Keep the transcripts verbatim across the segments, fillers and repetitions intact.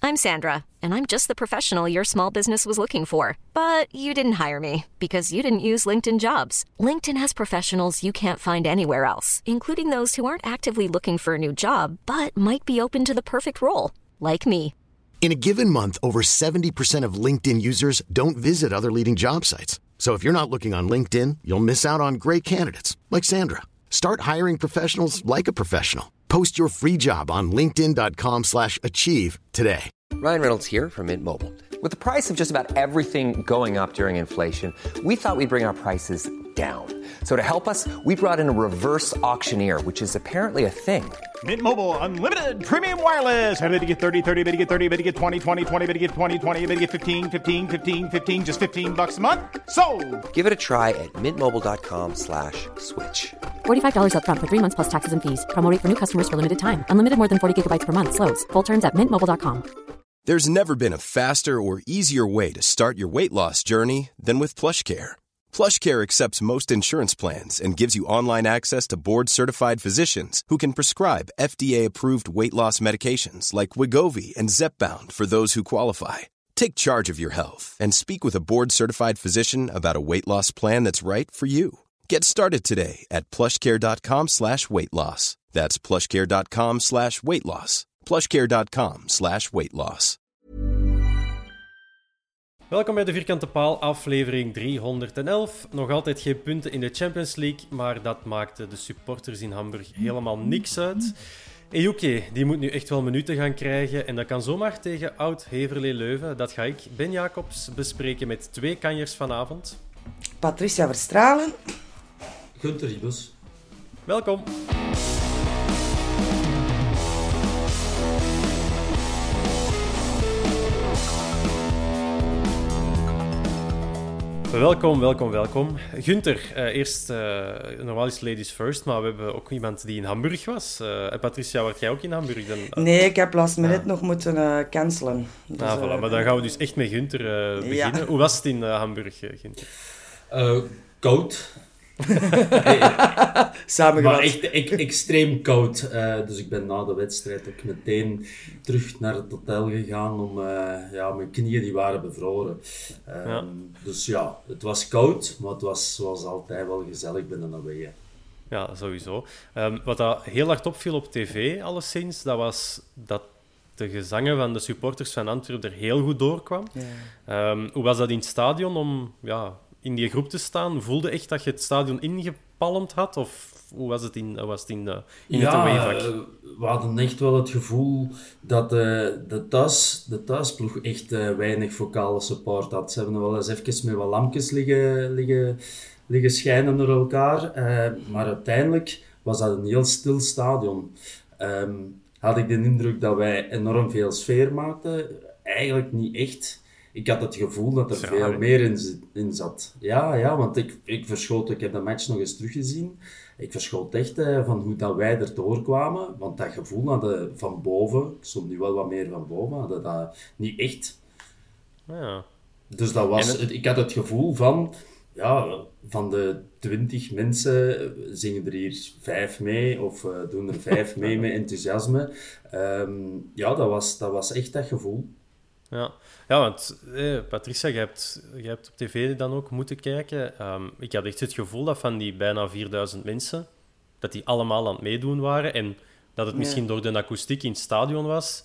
I'm Sandra, and I'm just the professional your small business was looking for. But you didn't hire me because you didn't use LinkedIn Jobs. LinkedIn has professionals you can't find anywhere else, including those who aren't actively looking for a new job, but might be open to the perfect role, like me. In a given month, over seventy percent of LinkedIn users don't visit other leading job sites. So if you're not looking on LinkedIn, you'll miss out on great candidates like Sandra. Start hiring professionals like a professional. Post your free job on linkedin.com slash achieve today. Ryan Reynolds here from Mint Mobile. With the price of just about everything going up during inflation, we thought we'd bring our prices down. So to help us, we brought in a reverse auctioneer, which is apparently a thing. Mint Mobile Unlimited Premium Wireless. How to get thirty, thirty, how to get thirty, how to get twenty, twenty, twenty, how to get twenty, twenty, how to get fifteen, fifteen, fifteen, fifteen, just fifteen bucks a month? Sold! Give it a try at mintmobile.com slash switch. forty-five dollars up front for three months plus taxes and fees. Promo rate for new customers for limited time. Unlimited more than forty gigabytes per month. Slows full terms at mint mobile dot com. There's never been a faster or easier way to start your weight loss journey than with PlushCare. PlushCare accepts most insurance plans and gives you online access to board-certified physicians who can prescribe F D A-approved weight loss medications like Wegovy and Zepbound for those who qualify. Take charge of your health and speak with a board-certified physician about a weight loss plan that's right for you. Get started today at plushcare.com slash weight loss. That's plushcare.com slash weight loss. plushcare.com slash weight loss. Welkom bij de Vierkante Paal, aflevering driehonderdelf. Nog altijd geen punten in de Champions League, maar dat maakte de supporters in Hamburg helemaal niks uit. Ejuke, die moet nu echt wel minuten gaan krijgen en dat kan zomaar tegen Oud-Heverlee Leuven. Dat ga ik, Ben Jacobs, bespreken met twee kanjers vanavond. Patricia Verstralen. Gunther Ribos. Welkom. Welkom, welkom, welkom. Gunther, uh, eerst, uh, normaal is ladies first, maar we hebben ook iemand die in Hamburg was. Uh, Patricia, werd jij ook in Hamburg? Dan, uh... Nee, ik heb last minute ja. nog moeten uh, cancelen. Dus, ah, voilà. uh, maar dan gaan we dus echt met Gunther uh, beginnen. Ja. Hoe was het in uh, Hamburg, uh, Gunther? Uh, koud. Samengevat. Maar echt e- extreem koud. Uh, dus ik ben na de wedstrijd ook meteen terug naar het hotel gegaan om uh, ja, mijn knieën die waren bevroren. Um, ja. Dus ja, het was koud, maar het was zoals altijd wel gezellig binnen een wegen. Ja, sowieso. Um, wat dat heel hard opviel op tv, alleszins, dat was dat de gezangen van de supporters van Antwerpen er heel goed doorkwam. Ja. Um, hoe was dat in het stadion om... Ja, in die groep te staan? Voelde echt dat je het stadion ingepalmd had? Of hoe was het in, was het, in, de, in ja, het awayvak? Uh, we hadden echt wel het gevoel dat uh, de, thuis, de thuisploeg echt uh, weinig vocale support had. Ze hebben wel eens even met wat lampjes liggen, liggen, liggen schijnen naar elkaar. Uh, maar uiteindelijk was dat een heel stil stadion. Um, had ik de indruk dat wij enorm veel sfeer maakten. Eigenlijk niet echt. Ik had het gevoel dat er ja, veel meer in, in zat. Ja, ja, want ik, ik verschoot, ik heb de match nog eens teruggezien. Ik verschoot echt eh, van hoe dat wij erdoor kwamen. Want dat gevoel hadden van boven, ik stond nu wel wat meer van boven, hadden dat niet echt. Ja. Dus dat was, het... ik had het gevoel van, ja, van de twintig mensen zingen er hier vijf mee of uh, doen er vijf mee met enthousiasme. Um, ja, dat was, dat was echt dat gevoel. Ja, ja want eh, Patricia, jij hebt, jij hebt op tv dan ook moeten kijken. Um, ik had echt het gevoel dat van die bijna vierduizend mensen, dat die allemaal aan het meedoen waren. En dat het misschien ja. door de akoestiek in het stadion was,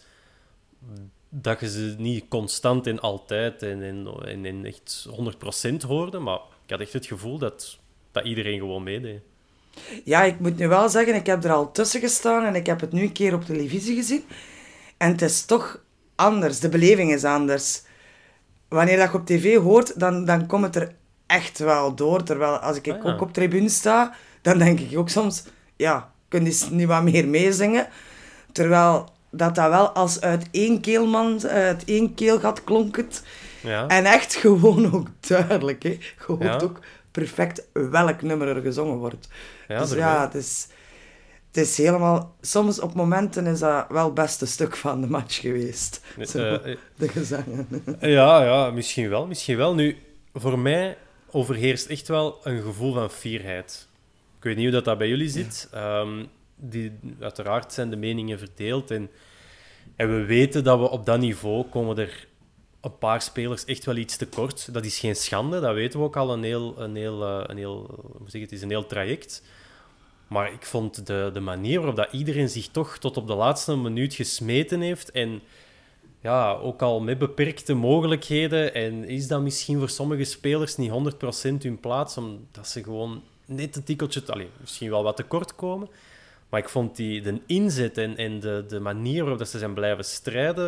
dat je ze niet constant en altijd en, en, en, en echt honderd procent hoorde. Maar ik had echt het gevoel dat, dat iedereen gewoon meedeed. Ja, ik moet nu wel zeggen, ik heb er al tussen gestaan en ik heb het nu een keer op televisie gezien. En het is toch... anders. De beleving is anders. Wanneer dat je op tv hoort, dan, dan komt het er echt wel door. Terwijl als ik ah, ja. ook op tribune sta, dan denk ik ook soms, ja, kun je niet wat meer meezingen? Terwijl dat dat wel als uit één keelman, uit één keelgat klonk het. Ja. En echt gewoon ook duidelijk. Hè. Je hoort ja. ook perfect welk nummer er gezongen wordt. Ja, dus ja, het is... Het is helemaal... Soms op momenten is dat wel het beste stuk van de match geweest. Zo, uh, de gezangen. Ja, ja, misschien wel. Misschien wel. Nu, voor mij overheerst echt wel een gevoel van fierheid. Ik weet niet hoe dat, dat bij jullie zit. Um, die, uiteraard zijn de meningen verdeeld. En En we weten dat we op dat niveau komen er een paar spelers echt wel iets tekort. Dat is geen schande, dat weten we ook al een heel, een heel, een heel, hoe zeg je, het is een heel traject. Maar ik vond de, de manier waarop dat iedereen zich toch tot op de laatste minuut gesmeten heeft en ja, ook al met beperkte mogelijkheden en is dat misschien voor sommige spelers niet honderd procent hun plaats, omdat ze gewoon net een tikkeltje, allez, misschien wel wat tekort komen. Maar ik vond die, de inzet en, en de, de manier waarop dat ze zijn blijven strijden,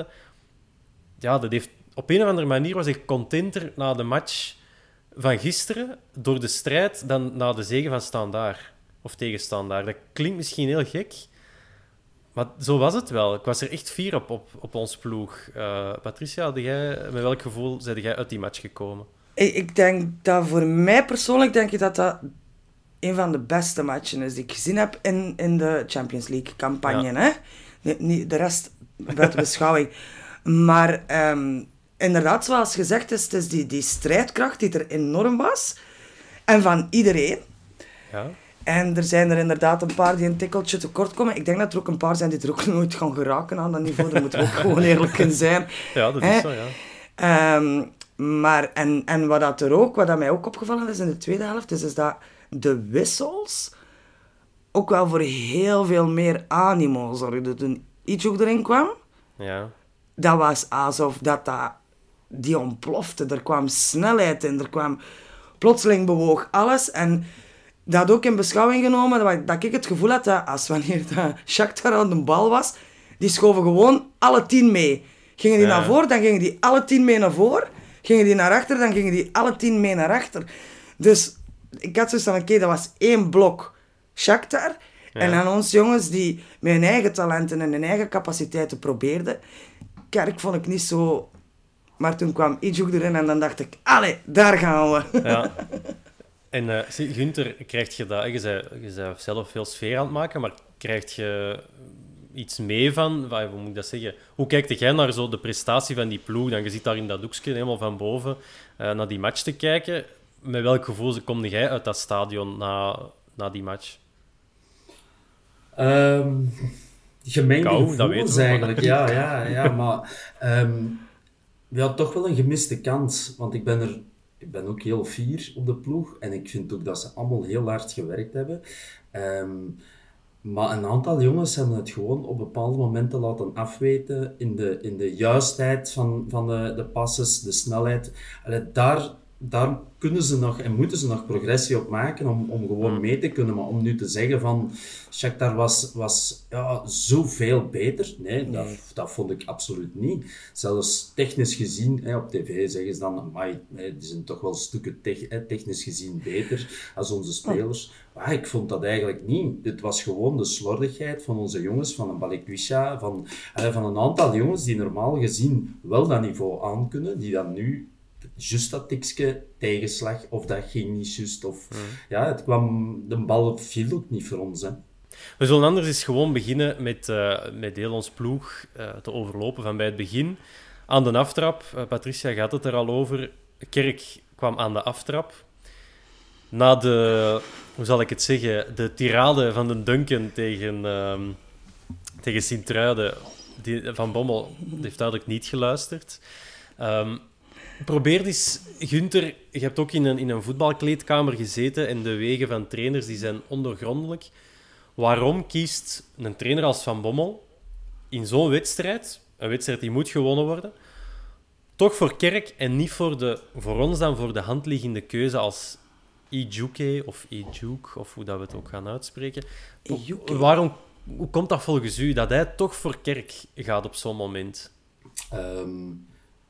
ja, dat heeft, op een of andere manier was ik contenter na de match van gisteren door de strijd dan na de zege van Standaard. Of tegen Standaard. Dat klinkt misschien heel gek, maar zo was het wel. Ik was er echt fier op, op, op ons ploeg. Uh, Patricia, had jij, met welk gevoel ben jij uit die match gekomen? Ik, ik denk dat voor mij persoonlijk denk ik dat dat een van de beste matchen is die ik gezien heb in, in de Champions League campagne. Ja. Hè? Niet, niet de rest buiten beschouwing. Maar um, inderdaad, zoals gezegd is, het is die, die strijdkracht die er enorm was. En van iedereen. Ja. En er zijn er inderdaad een paar die een tikkeltje tekort komen. Ik denk dat er ook een paar zijn die er ook nooit gaan geraken aan dat niveau. Daar moeten we ook gewoon eerlijk in zijn. Ja, dat is He? zo, ja. Um, maar, en, en wat, dat er ook, wat dat mij ook opgevallen is in de tweede helft, is, is dat de wissels ook wel voor heel veel meer animo zorgden. Toen Ijuk erin kwam, ja. dat was alsof dat, dat die ontplofte. Er kwam snelheid in, er kwam plotseling bewoog alles. En dat ook in beschouwing genomen, dat, dat ik het gevoel had dat als wanneer dat Shakhtar aan de bal was, die schoven gewoon alle tien mee. Gingen die ja. naar voren, dan gingen die alle tien mee naar voren. Gingen die naar achter, dan gingen die alle tien mee naar achter. Dus ik had zoiets van, oké, okay, dat was één blok Shakhtar. Ja. En aan ons jongens die met hun eigen talenten en hun eigen capaciteiten probeerden. Kerk vond ik niet zo... Maar toen kwam Ijuk erin en dan dacht ik, allee, daar gaan we. Ja. En uh, Gunther, krijg je dat... Je zei, je zei zelf veel sfeer aan het maken, maar krijg je iets mee van... Hoe moet ik dat zeggen? Hoe kijkt jij naar zo de prestatie van die ploeg? Dan, je zit daar in dat doekje helemaal van boven uh, naar die match te kijken. Met welk gevoel kom jij uit dat stadion na, na die match? Um, gemengde Kou, gevoelens dat weten we, eigenlijk. Ja, ja, ja, maar um, we hadden toch wel een gemiste kans. Want ik ben, er, ik ben ook heel fier op de ploeg. En ik vind ook dat ze allemaal heel hard gewerkt hebben. Um, maar een aantal jongens hebben het gewoon op bepaalde momenten laten afweten. In de, in de juistheid van, van de, de passes, de snelheid. Allee, daar... Daar kunnen ze nog en moeten ze nog progressie op maken om, om gewoon mee te kunnen. Maar om nu te zeggen van Shakhtar was, was ja, zoveel beter, nee, nee. Dat, dat vond ik absoluut niet. Zelfs technisch gezien, hè, op tv zeggen ze dan, amai, die zijn toch wel stukken te, hè, technisch gezien beter als onze spelers. Maar ik vond dat eigenlijk niet. Dit was gewoon de slordigheid van onze jongens, van een Balikwisha, van, hè, van een aantal jongens die normaal gezien wel dat niveau aankunnen, die dan nu juist dat tikske tegenslag, of dat ging niet juist, of mm. ja, het kwam, de bal viel ook niet voor ons, hè. We zullen anders eens gewoon beginnen met, uh, met heel ons ploeg uh, te overlopen van bij het begin. Aan de aftrap, uh, Patricia gaat het er al over, Kerk kwam aan de aftrap. Na de, hoe zal ik het zeggen, de tirade van de Duncan tegen, uh, tegen Sint-Truiden, die, Van Bommel heeft duidelijk niet geluisterd. Um, Probeer eens, Gunther, je hebt ook in een, in een voetbalkleedkamer gezeten en de wegen van trainers die zijn ondergrondelijk. Waarom kiest een trainer als Van Bommel in zo'n wedstrijd, een wedstrijd die moet gewonnen worden, toch voor Kerk en niet voor, de, voor ons dan voor de hand liggende keuze als Ijuke of Ijuk, of hoe dat we het ook gaan uitspreken. Ijuke. Waarom, hoe komt dat volgens u dat hij toch voor Kerk gaat op zo'n moment? Um...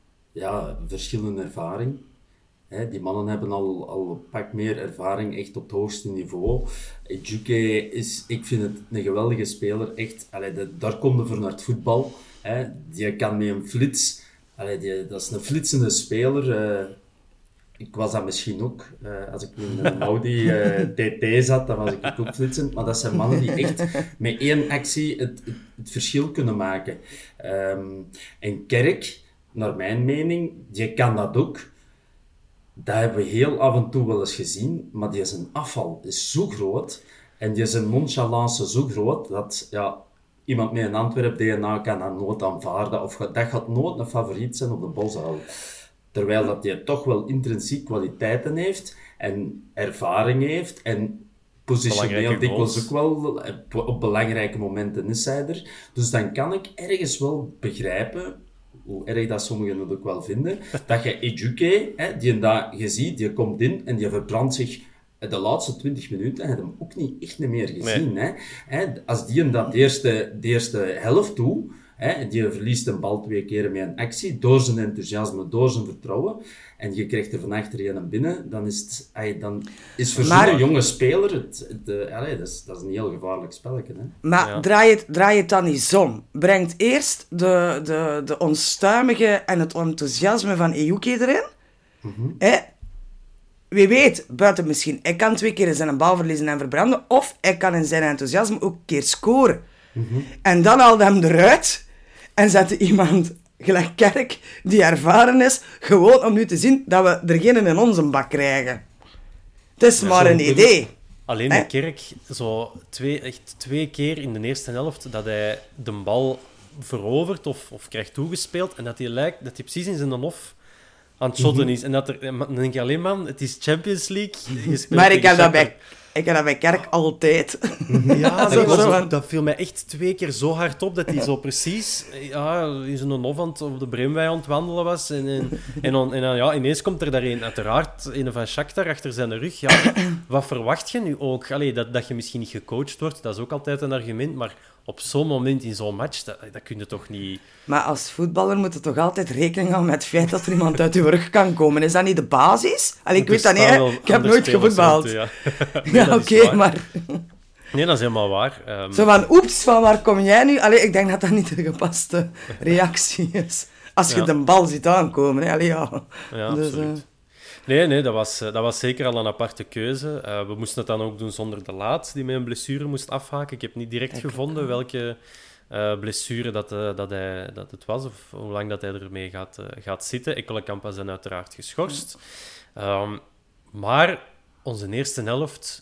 Ja, verschillende ervaring. He, die mannen hebben al, al een pak meer ervaring, echt op het hoogste niveau. Ijuke is, ik vind het een geweldige speler. Echt, allee, de, daar komt hij voor naar het voetbal. He, die kan met een flits. Allee, die, dat is een flitsende speler. Uh, ik was dat misschien ook. Uh, als ik in een Audi uh, T T zat, dan was ik ook flitsend. Maar dat zijn mannen die echt met één actie het, het, het verschil kunnen maken. Um, en Kerk, naar mijn mening, die kan dat ook. Dat hebben we heel af en toe wel eens gezien, maar die zijn afval is zo groot en die zijn nonchalance zo groot dat, ja, iemand met een Antwerp-D N A kan dat nooit aanvaarden. Of dat gaat nooit een favoriet zijn op de Bosuil. Terwijl dat hij toch wel intrinsiek kwaliteiten heeft en ervaring heeft en positioneel dikwijls ook wel op belangrijke momenten is hij er. Dus dan kan ik ergens wel begrijpen, hoe erg dat sommigen het ook wel vinden, dat je Ejuke, hè, die dat je ziet, die komt in en die verbrandt zich de laatste twintig minuten, heb je hem ook niet echt meer gezien. Nee. Hè. Als die in dat de eerste, de eerste helft toe, hè, die verliest een bal twee keer met een actie, door zijn enthousiasme, door zijn vertrouwen, en je krijgt er van achter je naar binnen, dan is het, ay, dan is voor maar, zo'n jonge speler, het, het, uh, allee, dat, is, dat is een heel gevaarlijk spelletje. Hè. Maar ja. draai, het, draai het dan niet om. Brengt eerst de, de, de onstuimige en het enthousiasme van Ejuke erin. Mm-hmm. Hè? Wie weet, buiten misschien, hij kan twee keer zijn bal verliezen en verbranden, of hij kan in zijn enthousiasme ook een keer scoren. Mm-hmm. En dan haalt hem eruit en zet iemand gelijk Kerk, die ervaren is, gewoon om nu te zien dat we er geen in onze bak krijgen. Het is ja, maar een idee. Alleen de Kerk, zo twee, echt twee keer in de eerste helft, dat hij de bal verovert of, of krijgt toegespeeld, en dat hij lijkt dat hij precies in zijn hof aan het shotten is. En dat er, dan denk je alleen, man, het is Champions League. Maar ik heb, dat bij, ik heb dat bij Kerk altijd. Ja, dat, was, zo, dat viel mij echt twee keer zo hard op, dat hij zo precies ja, in zijn hof aan het, op de Bremwei aan het wandelen was. En, en, en, en, en ja, ineens komt er daar een, uiteraard een van Shakhtar achter zijn rug. Ja, wat verwacht je nu ook? Allee, dat, dat je misschien niet gecoacht wordt, dat is ook altijd een argument, maar op zo'n moment in zo'n match, dat, dat kun je toch niet... Maar als voetballer moet je toch altijd rekening houden met het feit dat er iemand uit je rug kan komen. Is dat niet de basis? Allee, ik weet dat niet, hè. Ik heb nooit gevoetbald. Ja, nee, ja oké, okay, maar... Nee, dat is helemaal waar. Um... Zo van, oeps, van waar kom jij nu? Allee, ik denk dat dat niet de gepaste reactie is. Als je ja. de bal ziet aankomen, hè. Allee, ja. Ja, dus, absoluut. Uh... Nee, nee dat, was, dat was zeker al een aparte keuze. Uh, we moesten het dan ook doen zonder de Laat, die met een blessure moest afhaken. Ik heb niet direct Kijk, gevonden welke uh, blessure dat, uh, dat, hij, dat het was, of hoe lang dat hij ermee gaat, uh, gaat zitten. Ekkelenkamp was dan uiteraard geschorst. Um, maar onze eerste helft...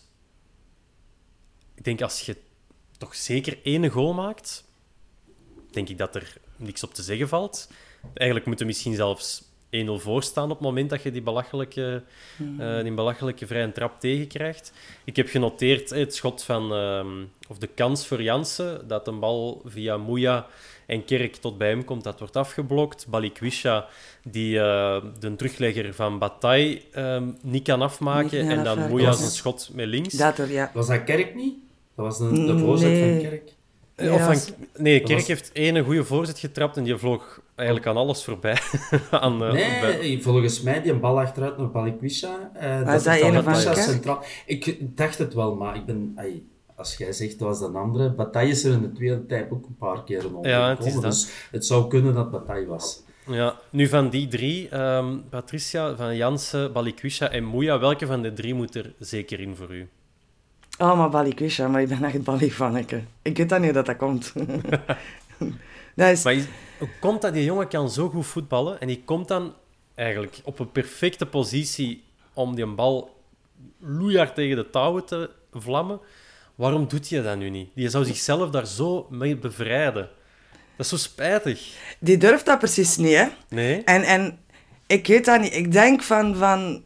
Ik denk, als je toch zeker één goal maakt, denk ik dat er niks op te zeggen valt. Eigenlijk moeten we misschien zelfs één nul voorstaan op het moment dat je die belachelijke, uh, die belachelijke vrije trap tegenkrijgt. Ik heb genoteerd het schot van, uh, of de kans voor Jansen, dat een bal via Mouya en Kerk tot bij hem komt, dat wordt afgeblokt. Balikwisha, die uh, de teruglegger van Bataille uh, niet kan afmaken, niet en dan Mouya zijn schot met links. Dat er, ja. Was dat Kerk niet? Dat was de, de voorzet nee. van Kerk? Ja, of van, nee, Kerk was... heeft één goede voorzet getrapt en die vloog eigenlijk aan alles voorbij. aan, uh, nee, bij... volgens mij die een bal achteruit naar Balikwisha. Uh, dat is dat een van centraal. Ik dacht het wel, maar ik ben... Ay, als jij zegt, dat was de andere. Bataille is er in de tweede tijd ook een paar keer een ja, het is dat. Dus het zou kunnen dat Bataille was. Ja, nu van die drie, um, Patricia, van Jansen, Balikwisha en Mouya, welke van de drie moet er zeker in voor u? Oh, maar Balikwisha, maar ik ben echt het Balikvanneke. Ik weet dat niet hoe dat, dat komt. dat is... Maar hoe komt dat die jongen kan zo goed voetballen en die komt dan eigenlijk op een perfecte positie om die bal loeihard tegen de touwen te vlammen? Waarom doet hij dat nu niet? Die zou zichzelf daar zo mee bevrijden. Dat is zo spijtig. Die durft dat precies niet, hè? Nee. En, en ik weet dat niet. Ik denk van... van...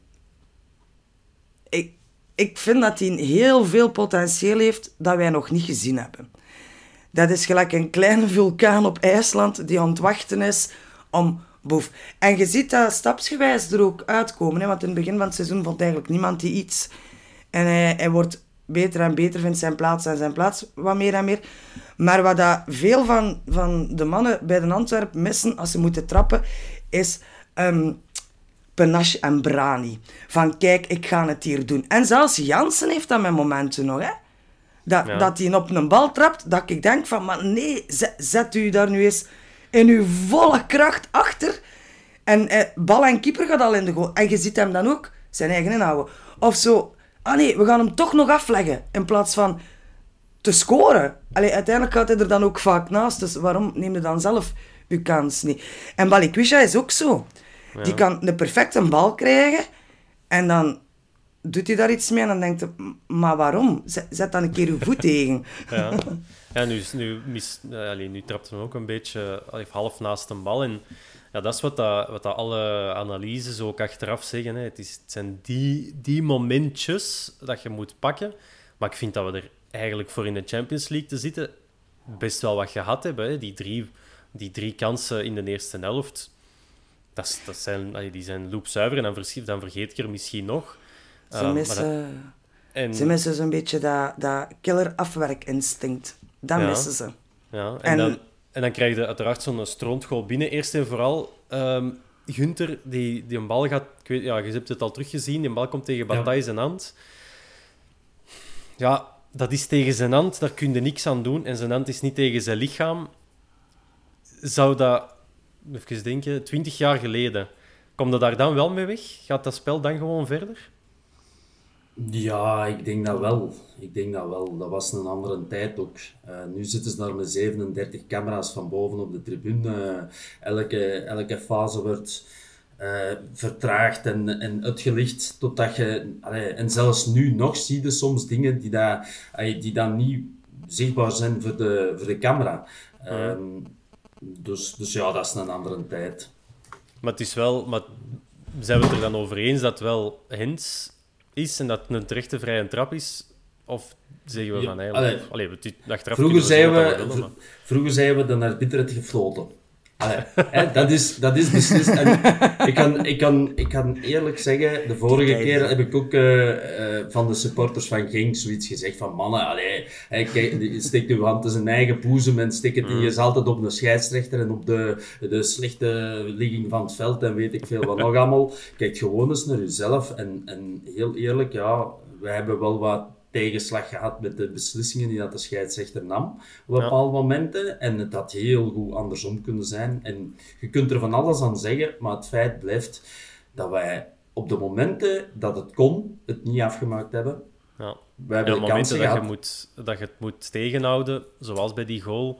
Ik, ik vind dat hij heel veel potentieel heeft dat wij nog niet gezien hebben. Dat is gelijk een kleine vulkaan op IJsland die aan het wachten is om... Boef. En je ziet dat stapsgewijs er ook uitkomen, hè? Want in het begin van het seizoen vond eigenlijk niemand die iets. En hij, hij wordt... beter en beter vindt zijn plaats en zijn plaats wat meer en meer. Maar wat dat veel van, van de mannen bij de Antwerpen missen als ze moeten trappen, is um, panache en brani. Van kijk, ik ga het hier doen. En zelfs Jansen heeft dat met momenten nog, hè. Dat, ja. dat hij op een bal trapt, dat ik denk van, maar nee, zet, zet u daar nu eens in uw volle kracht achter. En eh, bal en keeper gaat al in de goal. En je ziet hem dan ook zijn eigen inhouden. Of zo... Ah nee, we gaan hem toch nog afleggen, in plaats van te scoren. Allee, uiteindelijk gaat hij er dan ook vaak naast, dus waarom neem je dan zelf je kans niet? En Balikwisha is ook zo. Ja. Die kan de perfecte bal krijgen en dan doet hij daar iets mee en dan denkt hij, maar waarom? Zet, zet dan een keer uw voet tegen. Ja, ja nu, nu, mis, allee, nu trapt hij ook een beetje allee, half naast een bal. En ja, dat is wat, dat, wat dat alle analyses ook achteraf zeggen. Hè. Het, is, het zijn die, die momentjes dat je moet pakken. Maar ik vind dat we er eigenlijk voor in de Champions League te zitten best wel wat gehad hebben. Hè. Die, drie, die drie kansen in de eerste helft, dat, is, dat zijn, allee, die zijn loopzuiver. En dan, vers, dan vergeet ik er misschien nog. Ze Uh, missen, dat, en, ze missen zo'n beetje dat, dat killer-afwerkinstinct. Dat ja, missen ze. Ja, en, en dan, en dan krijg je uiteraard zo'n strontgoal binnen. Eerst en vooral, um, Gunther, die, die een bal gaat... Ik weet, ja, je hebt het al teruggezien. Die bal komt tegen Bataille ja. zijn hand. Ja, dat is tegen zijn hand. Daar kun je niks aan doen. En zijn hand is niet tegen zijn lichaam. Zou dat... Even denken, twintig jaar geleden... Komt dat daar dan wel mee weg? Gaat dat spel dan gewoon verder? Ja, ik denk dat wel. Ik denk dat wel. Dat was een andere tijd ook. Uh, nu zitten ze daar met zevenendertig camera's van boven op de tribune. Uh, elke, elke fase wordt uh, vertraagd en, en uitgelicht totdat je... Allee, en zelfs nu nog zie je soms dingen die, dat, die dan niet zichtbaar zijn voor de, voor de camera. Um, dus, dus ja, dat is een andere tijd. Maar het is wel... Maar zijn we het er dan over eens dat het wel Hens is en dat het een terechte vrije trap is? Of zeggen we ja, van eigenlijk... Allee, allee, achteraf vroeger zeiden we, we willen, v- vroeger zeiden we de arbiter het gefloten. Allee, hè, dat, is, dat is beslist. En ik, kan, ik, kan, ik kan eerlijk zeggen, de vorige keer heb ik ook uh, uh, van de supporters van Genk zoiets gezegd van mannen, allee, hè, kijk, steek uw hand in zijn eigen boezem en steek het mm. niet altijd op de scheidsrechter en op de, de slechte ligging van het veld en weet ik veel wat nog allemaal. Kijk gewoon eens naar uzelf en, en heel eerlijk, ja, wij hebben wel wat tegenslag gehad met de beslissingen die dat de scheidsrechter nam op bepaalde ja. momenten. En het had heel goed andersom kunnen zijn. En je kunt er van alles aan zeggen, maar het feit blijft dat wij op de momenten dat het kon, het niet afgemaakt hebben. Ja. We hebben ja, de kansen dat gehad. Je moet, dat je het moet tegenhouden, zoals bij die goal.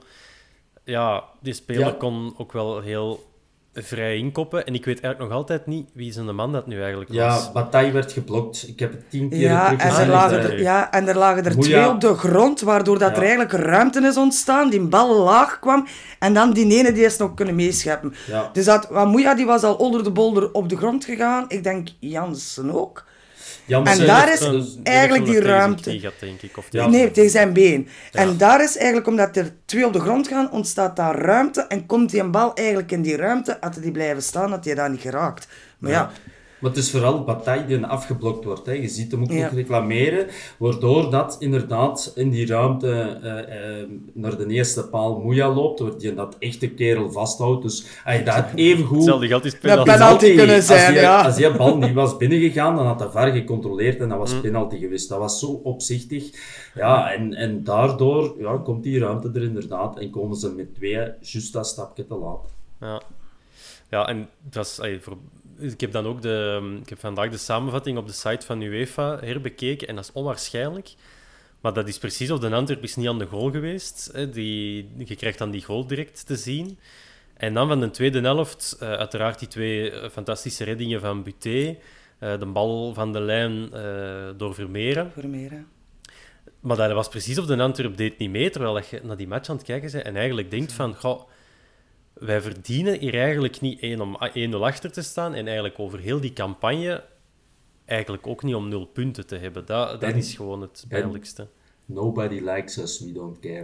Ja, die speler ja. kon ook wel heel vrij inkoppen. En ik weet eigenlijk nog altijd niet wie zijn de man dat nu eigenlijk was. Ja, Bataille werd geblokt. Ik heb het tien keer ja, teruggezien. En er lagen er, ja, en er lagen er Moeja. twee op de grond, waardoor dat ja. er eigenlijk ruimte is ontstaan. Die bal laag kwam. En dan die ene die is nog kunnen meescheppen. Ja. Dus dat, Moeja die was al onder de bolder op de grond gegaan. Ik denk Jansen ook. Jansen en daar is een, eigenlijk die ruimte. Knie had, denk ik, of ja. Nee, tegen zijn been. Ja. En daar is eigenlijk, omdat er twee op de grond gaan, ontstaat daar ruimte. En komt die een bal eigenlijk in die ruimte, had hij die blijven staan, had hij daar niet geraakt. Maar ja... ja. Maar het is vooral Bataille die afgeblokt wordt. Hè. Je ziet hem ook ja. nog reclameren, waardoor dat inderdaad in die ruimte uh, uh, naar de eerste paal Moeja loopt, waar die dat echte kerel vasthoudt. Dus hij dat even goed... Hetzelfde geldt is penalty. Dat penalty kunnen zijn, als die, ja. Als die bal niet was binnengegaan, dan had de V A R gecontroleerd en dat was mm. penalty geweest. Dat was zo opzichtig. Ja, en, en daardoor ja, komt die ruimte er inderdaad en komen ze met twee juist dat stapje te laat. Ja, ja en dat was... Ay, voor... Ik heb dan ook de, ik heb vandaag de samenvatting op de site van UEFA herbekeken en dat is onwaarschijnlijk. Maar dat is precies of de Antwerp is niet aan de goal geweest. Hè. Die, je krijgt dan die goal direct te zien. En dan van de tweede helft, uh, uiteraard die twee fantastische reddingen van Buté. Uh, de bal van de lijn uh, door Vermeeren. Vermeeren. Maar dat was precies of de Antwerp deed niet mee, terwijl je naar die match aan het kijken bent en eigenlijk denkt van... Goh, wij verdienen hier eigenlijk niet één nul achter te staan en eigenlijk over heel die campagne eigenlijk ook niet om nul punten te hebben. Dat, dat ben, is gewoon het pijnlijkste. Nobody likes us, we don't care.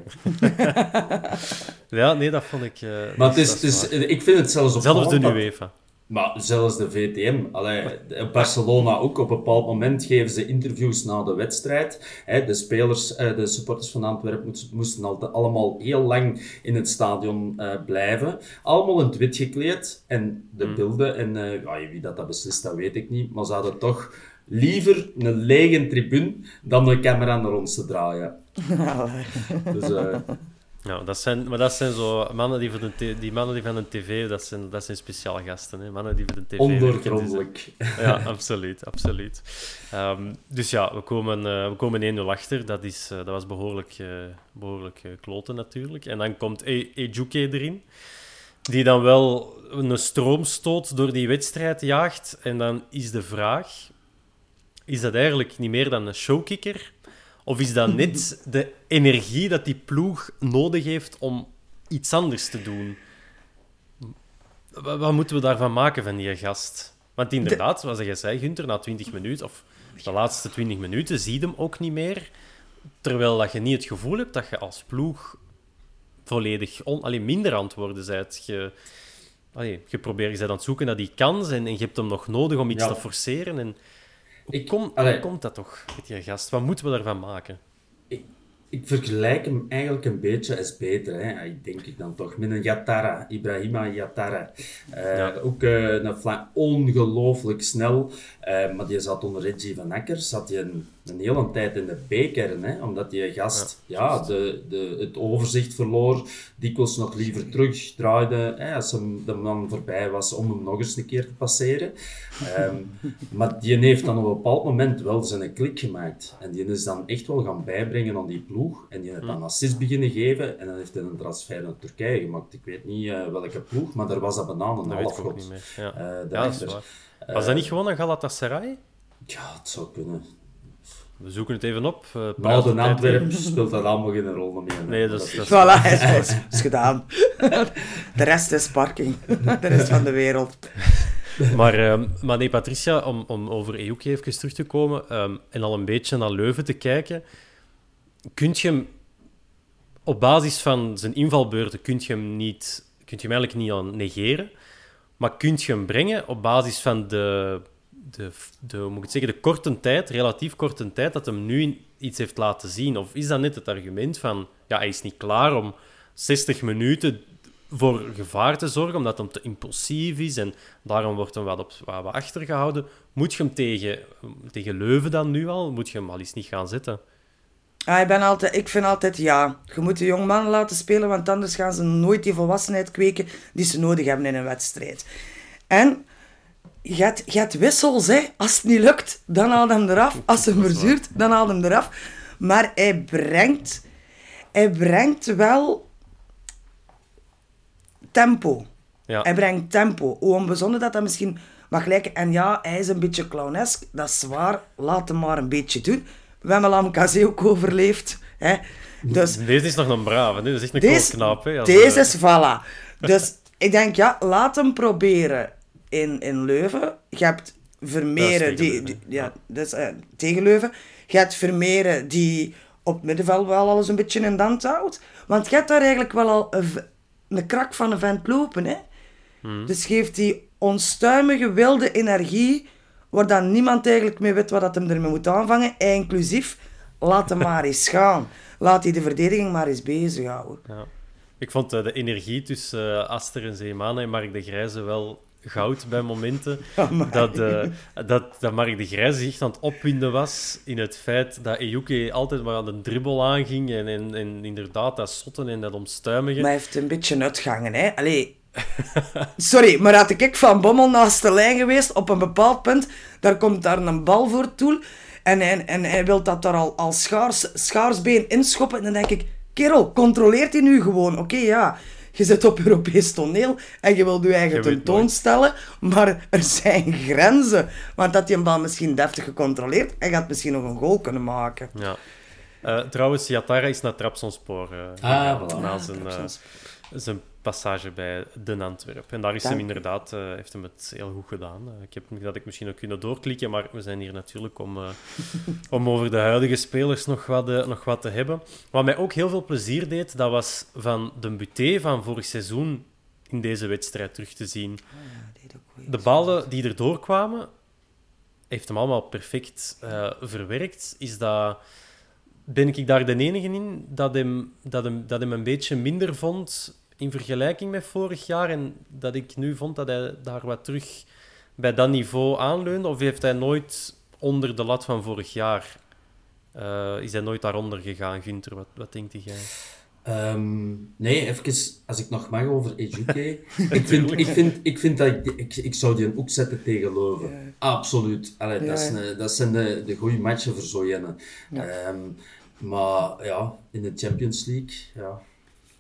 Ja, nee, dat vond ik... Uh, maar het is, het is, ik vind het zelfs op zelfs de UEFA. Maar zelfs de V T M. Allee, Barcelona ook. Op een bepaald moment geven ze interviews na de wedstrijd. De spelers, de supporters van Antwerpen moesten altijd allemaal heel lang in het stadion blijven. Allemaal in het wit gekleed. En de beelden, en ja, wie dat, dat beslist, dat weet ik niet. Maar ze hadden toch liever een lege tribune dan een camera naar ons te draaien. Dus... Uh, Ja, dat zijn, maar dat zijn zo mannen die, voor de t- die mannen die van de tv, dat zijn, dat zijn speciale gasten. Hè? Mannen die voor de tv ondoorgrondelijk. Ja, absoluut, absoluut. Um, dus ja, we komen, uh, we komen één nul achter. Dat, is, uh, dat was behoorlijk, uh, behoorlijk uh, kloten natuurlijk. En dan komt e- Ejuke erin, die dan wel een stroomstoot door die wedstrijd jaagt. En dan is de vraag... is dat eigenlijk niet meer dan een showkicker? Of is dat net de energie dat die ploeg nodig heeft om iets anders te doen? Wat, wat moeten we daarvan maken, van die gast? Want inderdaad, zoals jij zei, Gunther, na twintig minuten, of de laatste twintig minuten, zie je hem ook niet meer. Terwijl dat je niet het gevoel hebt dat je als ploeg volledig on, allee, minder aan het worden bent. Je, allee, je probeert je aan het zoeken naar die kans en, en je hebt hem nog nodig om iets ja. te forceren. En hoe, ik, kom, hoe komt dat toch, met die gast? Wat moeten we daarvan maken? Ik, ik vergelijk hem eigenlijk een beetje als beter, hè. denk ik dan toch, met een Yattara, Ibrahima Yattara. Uh, ja. Ook uh, een flank, ongelooflijk snel, uh, maar die zat onder Reggie van Akker, zat hij een, een hele tijd in de B-kern, hè, omdat die gast ja. Ja, de, de, het overzicht verloor, dikwijls nog liever terugdraaide, hè, als hem, de man voorbij was, om hem nog eens een keer te passeren. Um, maar die heeft dan op een bepaald moment wel zijn klik gemaakt. En die is dan echt wel gaan bijbrengen aan die ploeg. En die heeft dan assist beginnen geven. En dan heeft hij een transfer naar Turkije gemaakt. Ik weet niet uh, welke ploeg, maar daar was dat bijna een halfgod. Ja. Uh, ja, dat is waar. Uh, was dat niet gewoon een Galatasaray? Ja, het zou kunnen. We zoeken het even op. Uh, nou, de Antwerpen speelt dat allemaal geen rol meer. Nee, dat is... Dat is voilà, het is, is gedaan. De rest is parking. De rest van de wereld. Maar, um, maar nee, Patricia, om, om over Ejuke even terug te komen um, en al een beetje naar Leuven te kijken, kun je hem op basis van zijn invalbeurten kun je hem, niet, kun je hem eigenlijk niet aan negeren, maar kun je hem brengen op basis van de, de, de, hoe moet ik het zeggen, de korte tijd, relatief korte tijd, dat hem nu iets heeft laten zien? Of is dat net het argument van, ja, hij is niet klaar om zestig minuten voor gevaar te zorgen, omdat hij te impulsief is en daarom wordt hem wat, op, wat, wat achtergehouden. Moet je hem tegen, tegen Leuven dan nu al? Moet je hem al eens niet gaan zetten? Ah, ik, ben altijd, ik vind altijd ja. Je moet de jongmannen laten spelen, want anders gaan ze nooit die volwassenheid kweken die ze nodig hebben in een wedstrijd. En je hebt, je hebt wissels, hè. Als het niet lukt, dan haal hem eraf. Als hij verzuurt, dan haal hem eraf. Maar hij brengt, hij brengt wel tempo. Ja. Hij brengt tempo. Hoe onbezonnen dat dat misschien mag lijken. En ja, hij is een beetje clownesk. Dat is waar. Laat hem maar een beetje doen. We hebben Lamkazé ook overleefd. Hè. Dus, deze is nog een brave. Dit is echt een koolknaap. Hè, deze is voilà. Dus ik denk, ja, laat hem proberen in, in Leuven. Je hebt Vermeeren, die, die, ja, dus, uh, tegen Leuven. Je hebt Vermeeren, die op het middenveld wel alles een beetje in de hand houdt. Want je hebt daar eigenlijk wel al een, een krak van een vent lopen. Hè? Hmm. Dus geeft die onstuimige, wilde energie, waar dan niemand eigenlijk mee weet wat dat hem ermee moet aanvangen, hij inclusief, laat hem maar eens gaan. Laat hij de verdediging maar eens bezighouden. Ja. Ik vond uh, de energie tussen uh, Aster en Zeeman en Mark de Grijze wel goud bij momenten. Oh dat, uh, dat, dat Mark de Grijze zich aan het opwinden was in het feit dat Ejuke altijd maar aan de dribbel aanging en, en, en inderdaad dat zotten en dat omstuimigen. Maar hij heeft een beetje uitgangen, hè. Allee... Sorry, maar had ik van Bommel naast de lijn geweest op een bepaald punt, daar komt daar een bal voor toe en, en, en hij wil dat daar al, al schaars, schaarsbeen inschoppen en dan denk ik, kerel, controleert hij nu gewoon. Oké, okay, ja, je zit op Europees toneel en je wilt je eigen tentoonstellen, maar er zijn grenzen. Want dat hij een bal misschien deftig gecontroleerd en gaat misschien nog een goal kunnen maken. Ja. Uh, trouwens, Yattara is naar Trabzonspoor uh, ah, voilà. na zijn, uh, zijn passage bij Den Antwerp. En daar is Dank. hem inderdaad, uh, heeft hem het heel goed gedaan. Uh, ik heb dat ik misschien ook kunnen doorklikken, maar we zijn hier natuurlijk om, uh, om over de huidige spelers nog wat, uh, nog wat te hebben. Wat mij ook heel veel plezier deed, dat was van de Buté van vorig seizoen in deze wedstrijd terug te zien. Oh ja, de ballen die erdoor kwamen, heeft hem allemaal perfect uh, verwerkt. Is dat... Ben ik daar de enige in dat hem, dat, hem, dat hem een beetje minder vond in vergelijking met vorig jaar en dat ik nu vond dat hij daar wat terug bij dat niveau aanleunde? Of heeft hij nooit onder de lat van vorig jaar, uh, is hij nooit daaronder gegaan, Gunther? Wat, wat denkt jij? Um, nee, even, als ik nog mag over Ejuke. ik, vind, ik, vind, ik vind dat ik, ik, ik zou die een ook zetten tegen Leuven. Ja. Absoluut. Allee, ja. dat, is een, dat zijn de, de goede matchen voor zo jenne. Ja. Um, maar ja, in de Champions League, ja, ik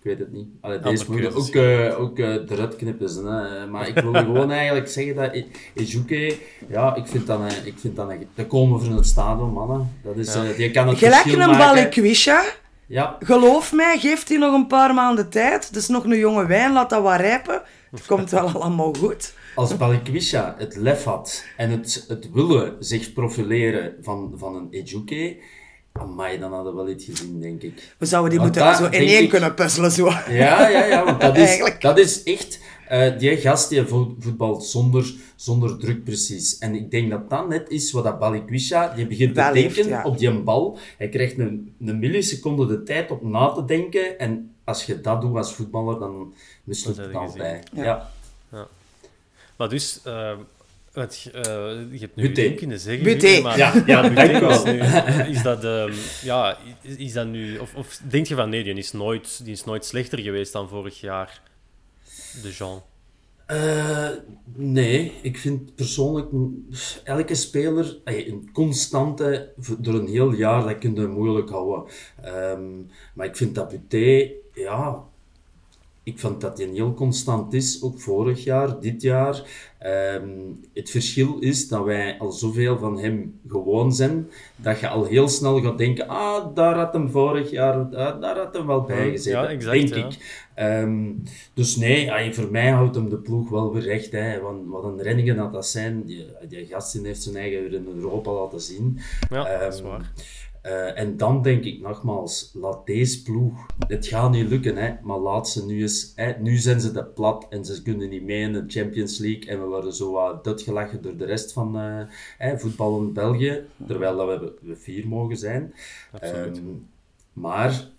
weet het niet. Allee, deze Andere moeten ook, keuzes. uh, ook uh, eruit knippen. Hè. Maar ik wil gewoon eigenlijk zeggen dat Ejuke, ja, ik vind dat een, ik vind dat een, dat komen voor het stadion, mannen. Dat is, ja. uh, die kan het Gelijk verschil een maken. Balikwisha. Ja. Geloof mij, geeft hij nog een paar maanden tijd. Het is nog een jonge wijn, laat dat wat rijpen. Het komt wel allemaal goed. Als Balikwisha het lef had en het, het willen zich profileren van, van een Ejuke, amai, dan hadden we wel iets gezien, denk ik. We zouden die Want moeten dat, zo denk ineen ik- kunnen puzzelen. Zo. Ja, ja, ja, want dat is, Eigenlijk. dat is echt... eh, die gast die vo- voetbalt zonder, zonder druk precies. En ik denk dat dat net is wat dat Balikwisha... Die begint te Wel denken heeft, ja. op die bal. Hij krijgt een, een milliseconde de tijd om na te denken. En als je dat doet als voetballer, dan mislukt Dan het zijn we altijd. gezien. Ja. Ja. Maar dus, uh, het, uh, je hebt nu Buté. niet kunnen zeggen. Buté. nu, maar, Ja, ja, ja, Buté dank is, wel. nu, is dat, um, ja, is, is dat nu, of, of denk je van nee, die is, nooit, die is nooit slechter geweest dan vorig jaar, de Jean? Eh, nee, ik vind persoonlijk mm, elke speler ey, een constante v- door een heel jaar, dat kun je moeilijk houden. Ehm, maar ik vind dat Buté, ja, ik vind dat hij heel constant is, ook vorig jaar, dit jaar. Ehm, het verschil is dat wij al zoveel van hem gewoon zijn, dat je al heel snel gaat denken, ah, daar had hem vorig jaar, daar, daar had hem wel bij gezeten, Ja, exact, denk ja. ik. Ehm, dus nee, ay, voor mij houdt hem de ploeg wel weer recht. Hè. Want wat een reddingen dat dat zijn, die, die gasten heeft zijn eigen weer in Europa laten zien. Ja, dat is Ehm, waar. Uh, en dan denk ik nogmaals, laat deze ploeg, het gaat niet lukken, hè, maar laat ze nu eens, hè, nu zijn ze te plat en ze kunnen niet mee in de Champions League en we worden zo wat doodgelachen door de rest van uh, hè, voetbal in België, terwijl dat we, we vier mogen zijn. Absoluut. Um, maar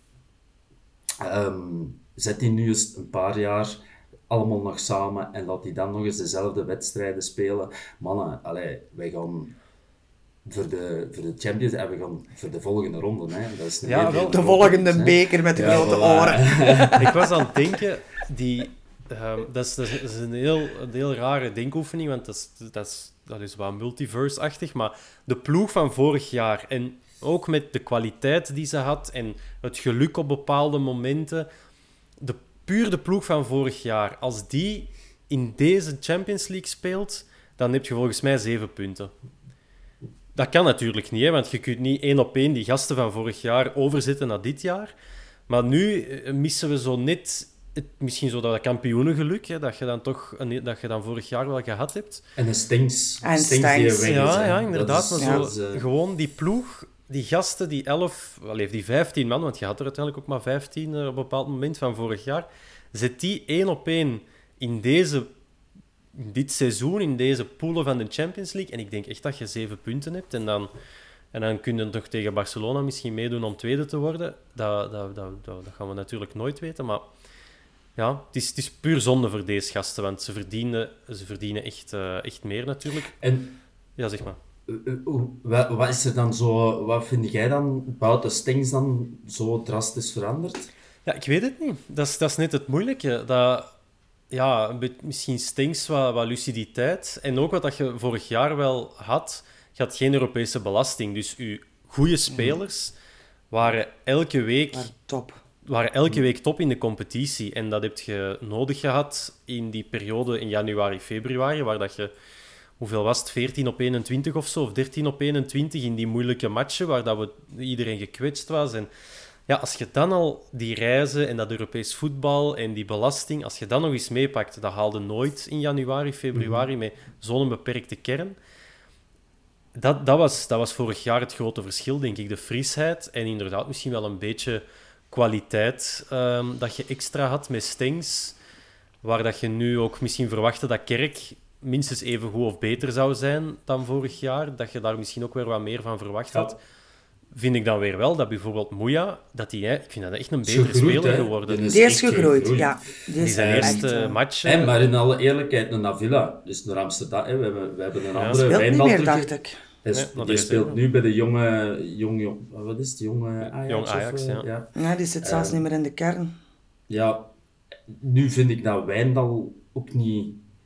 um, zet die nu eens een paar jaar allemaal nog samen en laat die dan nog eens dezelfde wedstrijden spelen. Mannen, allee, wij gaan... Voor de, voor de Champions en we gaan voor de volgende ronde. Hè. Dat is een Ja, heel wel, veel De groter, volgende hè. beker met de Ja, grote voilà. oren. Ik was aan het denken, die, um, dat, is, dat is een, heel, een heel rare denkoefening, want dat is, dat is, dat is wat multiverse-achtig, maar de ploeg van vorig jaar, en ook met de kwaliteit die ze had en het geluk op bepaalde momenten, de, puur de ploeg van vorig jaar, als die in deze Champions League speelt, dan heb je volgens mij zeven punten. Dat kan natuurlijk niet, hè, want je kunt niet één op één die gasten van vorig jaar overzetten naar dit jaar. Maar nu eh, missen we zo net, het, misschien zo dat kampioenengeluk, hè, dat je dan toch een, dat je dan vorig jaar wel gehad hebt. En een Stinks. En Stinks die Stanks. weg is, Ja, hè. ja, inderdaad. Dat is- Maar zo, dat is, eh, gewoon die ploeg, die gasten, die elf, wel even die vijftien man, want je had er uiteindelijk ook maar vijftien uh, op een bepaald moment van vorig jaar. Zet die één op één in deze, in dit seizoen, in deze poelen van de Champions League. En ik denk echt dat je zeven punten hebt. En dan, en dan kun je nog tegen Barcelona misschien meedoen om tweede te worden. Dat, dat, dat, dat, dat gaan we natuurlijk nooit weten. Maar ja, het is, het is puur zonde voor deze gasten, want ze verdienen, ze verdienen echt, uh, echt meer natuurlijk. En Ja, zeg maar. uh, uh, wat, wat is er dan zo... Wat vind jij dan buiten Stinks dan zo drastisch veranderd? Ja, ik weet het niet. Dat is, dat is net het moeilijke. Dat, ja, een beetje, misschien Stinks wat, wat luciditeit. En ook wat dat je vorig jaar wel had. Je had geen Europese belasting. Dus je goede spelers waren elke week... Maar top. waren elke week top in de competitie. En dat heb je nodig gehad in die periode in januari, februari, waar dat je, hoeveel was het, veertien op eenentwintig of zo, of dertien op eenentwintig in die moeilijke matchen, waar dat we, iedereen gekwetst was. En ja, als je dan al die reizen en dat Europees voetbal en die belasting, als je dat nog eens meepakt, dat haalde nooit in januari, februari met zo'n beperkte kern. Dat, dat, was, dat was vorig jaar het grote verschil, denk ik. De frisheid en inderdaad misschien wel een beetje kwaliteit um, dat je extra had met Stengs, waar dat je nu ook misschien verwachtte dat Kerk minstens even goed of beter zou zijn dan vorig jaar, dat je daar misschien ook weer wat meer van verwacht had. Ja. Vind ik dan weer wel dat bijvoorbeeld Moeja, dat die, ik vind dat echt een Is betere gegroeid, speler hè. geworden. Die is Die is echt gegroeid, gegroeid. ja. Die Die is zijn echt, eerste eh, match. Hey, maar in alle eerlijkheid, een Navilla is naar Amsterdam. Hè. We, hebben, we hebben een Ja, andere speelt niet Wijndal meer, terug. dacht ik. Hij Nee, is- dat die is speelt het, nu bij de jonge... Jong, jong, wat is het? Jonge Ajax? Jong of, Ajax, eh, ja. ja. Ja, die zit zelfs Eh, niet meer in de kern. Ja, nu vind ik dat Wijndal ook niet...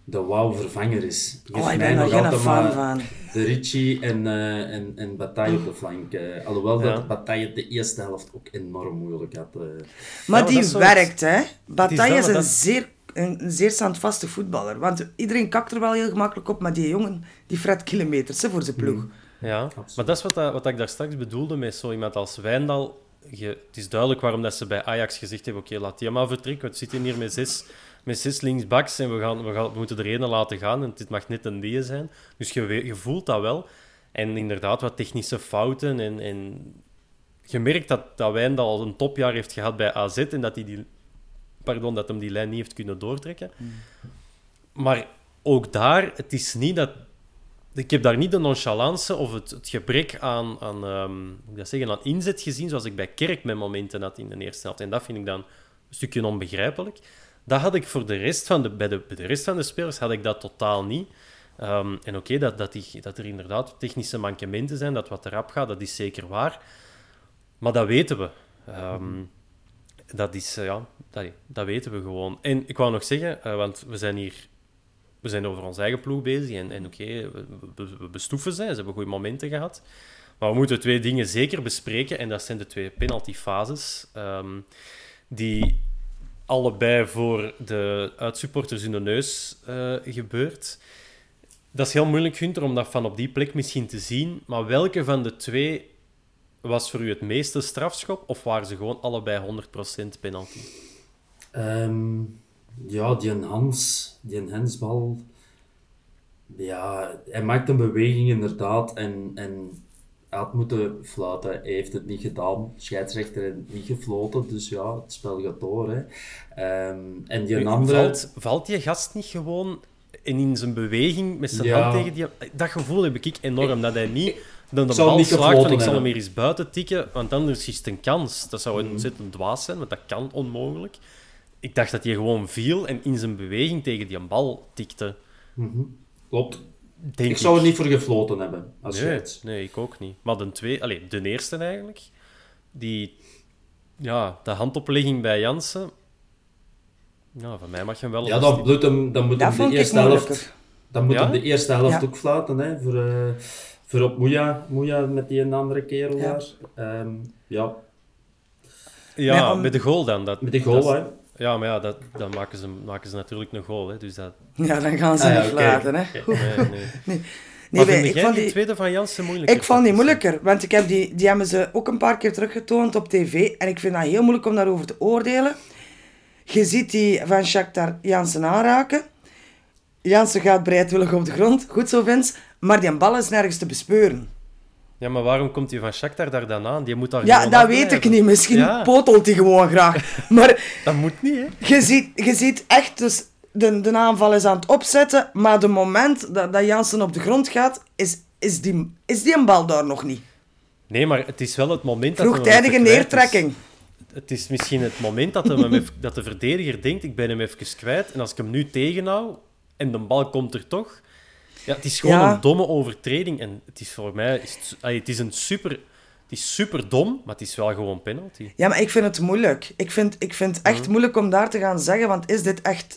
de wauw-vervanger is. Oh, ik ben er geen fan van. De Ricci en, uh, en, en Bataille op de flank. Uh, alhoewel ja. dat Bataille de eerste helft ook enorm moeilijk had. Uh. Maar ja, die werkt, hè. Bataille is, is een, zeer, een zeer standvaste voetballer. Want iedereen kakt er wel heel gemakkelijk op, maar die jongen die fret kilometers hè, voor zijn ploeg. Mm. Ja, absoluut. Maar dat is wat, dat, wat ik daar straks bedoelde met zo iemand als Wijndal. Je, het is duidelijk waarom dat ze bij Ajax gezegd hebben, oké, okay, laat die maar vertrekken. We zitten hier met zes, met zes linksbacks en we, gaan, we, gaan, we moeten er ene laten gaan en dit mag net een die zijn. Dus je, je voelt dat wel. En inderdaad, wat technische fouten. En, en je merkt dat, dat Wijndal een topjaar heeft gehad bij A Z en dat hij die, pardon, dat hem die lijn niet heeft kunnen doortrekken. Mm. Maar ook daar, het is niet dat... Ik heb daar niet de nonchalance of het, het gebrek aan, aan, um, hoe moet dat zeggen, aan inzet gezien, zoals ik bij Kerk met momenten had in de eerste helft. En dat vind ik dan een stukje onbegrijpelijk. Dat had ik voor de rest van de, bij, de, bij de rest van de spelers had ik dat totaal niet. Um, en oké, okay, dat, dat, dat er inderdaad technische mankementen zijn, dat wat erop gaat, dat is zeker waar. Maar dat weten we. Um, dat, is, uh, ja, dat, dat weten we gewoon. En ik wou nog zeggen, uh, want we zijn hier... We zijn over ons eigen ploeg bezig en, en oké, okay, we, we, we bestoeven ze, ze hebben goede momenten gehad. Maar we moeten twee dingen zeker bespreken en dat zijn de twee penaltyfases um, die allebei voor de uitsupporters in de neus uh, gebeurt. Dat is heel moeilijk, Gunther, om dat van op die plek misschien te zien, maar welke van de twee was voor u het meeste strafschop of waren ze gewoon allebei honderd procent penalty? Um... Ja, die Hans, die Hensbal, ja, hij maakt een beweging inderdaad en, en hij had moeten fluiten. Hij heeft het niet gedaan. De scheidsrechter heeft niet gefloten, dus ja, het spel gaat door. Hè. Um, en die andere... Valt, valt die gast niet gewoon in zijn beweging met zijn ja. hand tegen die... Dat gevoel heb ik enorm, dat hij niet... Dan de bal slaagt van ik zal hem hier eens buiten tikken, want anders is het een kans. Dat zou ontzettend dwaas zijn, want dat kan onmogelijk. Ik dacht dat hij gewoon viel en in zijn beweging tegen die bal tikte. Mm-hmm. Klopt. Denk ik zou ik. er niet voor gefloten hebben. Als nee, het... nee, ik ook niet. Maar de, twee, allez, de eerste eigenlijk, die, ja, de handoplegging bij Jansen, nou, van mij mag je hem wel... Ja, dan moet hem, dan moet hem de eerste helft... Dan moet ja? hem de eerste helft ja. ook fluiten, hè, voor, uh, voor op Moeja, Moeja met die een andere kerel ja. daar. Um, ja. Ja, ja om... met de goal dan. Dat, met de goal, dat, hè. Ja, maar ja, dat, dan maken ze, maken ze natuurlijk een goal. Hè, dus dat... Ja, dan gaan ze ah, ja, niet okay. fluiten. Hè. Nee, nee. nee. nee maar vind wij, jij ik vond die die tweede van Jansen moeilijker? Ik vond die moeilijker, want ik heb die, die hebben ze ook een paar keer teruggetoond op tv. En ik vind dat heel moeilijk om daarover te oordelen. Je ziet die van Shakhtar Jansen aanraken. Jansen gaat bereidwillig op de grond. Goed zo, Vince. Maar die bal is nergens te bespeuren. Ja, maar waarom komt die van Shakhtar daar dan aan? Die moet daar ja, gewoon dat afblijven. weet ik niet. Misschien ja. potelt hij gewoon graag. Maar dat moet niet, hè? Je ziet, je ziet echt, dus de, de aanval is aan het opzetten, maar de moment dat, dat Jansen op de grond gaat, is, is, die, is die een bal daar nog niet. Nee, maar het is wel het moment dat... Vroegtijdige neertrekking. Is. Het is misschien het moment dat, hem even, dat de verdediger denkt, ik ben hem even kwijt, en als ik hem nu tegenhoud, en de bal komt er toch... Ja, het is gewoon ja. een domme overtreding. En het is voor mij... Is het, allee, het is een super... Het is super dom, maar het is wel gewoon penalty. Ja, maar ik vind het moeilijk. Ik vind, ik vind het echt mm. moeilijk om daar te gaan zeggen, want is dit echt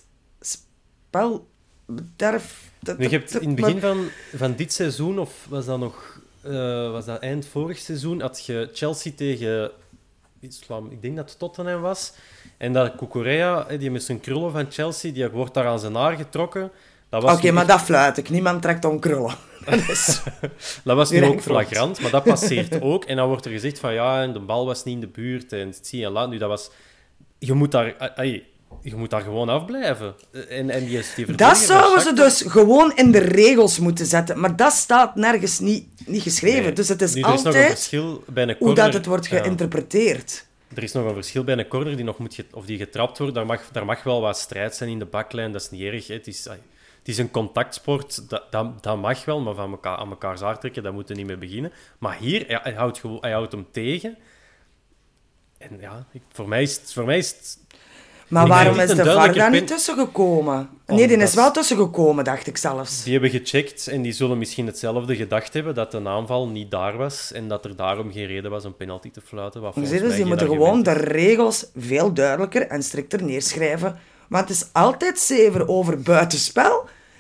spelbederf? Nu, je hebt in het begin van, van dit seizoen, of was dat nog... Uh, was dat eind vorig seizoen, had je Chelsea tegen... Islam, ik denk dat het Tottenham was. En dat Cucurella, die met zijn krullen van Chelsea, die wordt daar aan zijn haar getrokken... Oké, okay, maar echt... dat fluit ik. Niemand trekt om krullen. Dat, is... dat was nu ook flagrant, maar dat passeert ook. En dan wordt er gezegd van ja, de bal was niet in de buurt en het zie je laat. Nu, dat was... Je moet daar, ay, je moet daar gewoon afblijven. En, en die, die dat zouden ze dus gewoon in de regels moeten zetten. Maar dat staat nergens niet, niet geschreven. Nee. Dus het is, nu, altijd is nog een verschil bij een corner, hoe dat het wordt geïnterpreteerd. Ja. Er is nog een verschil bij een corner die nog moet get... of die getrapt wordt. Daar mag, daar mag wel wat strijd zijn in de baklijn. Dat is niet erg. Hè. Het is... Ay, Het is een contactsport, dat, dat, dat mag wel, maar van elkaar, aan elkaar zaar trekken, daar moeten we niet mee beginnen. Maar hier, hij, hij, houdt, hij houdt hem tegen. En ja, ik, voor, mij is het, voor mij is het... Maar waarom is de V A R daar niet tussen gekomen? Nee, die is wel tussen gekomen, dacht ik zelfs. Die hebben gecheckt en die zullen misschien hetzelfde gedacht hebben, dat de aanval niet daar was en dat er daarom geen reden was om penalty te fluiten. Wat dus die moeten gewoon de regels veel duidelijker en strikter neerschrijven. Want het is altijd zeven over buitenspel.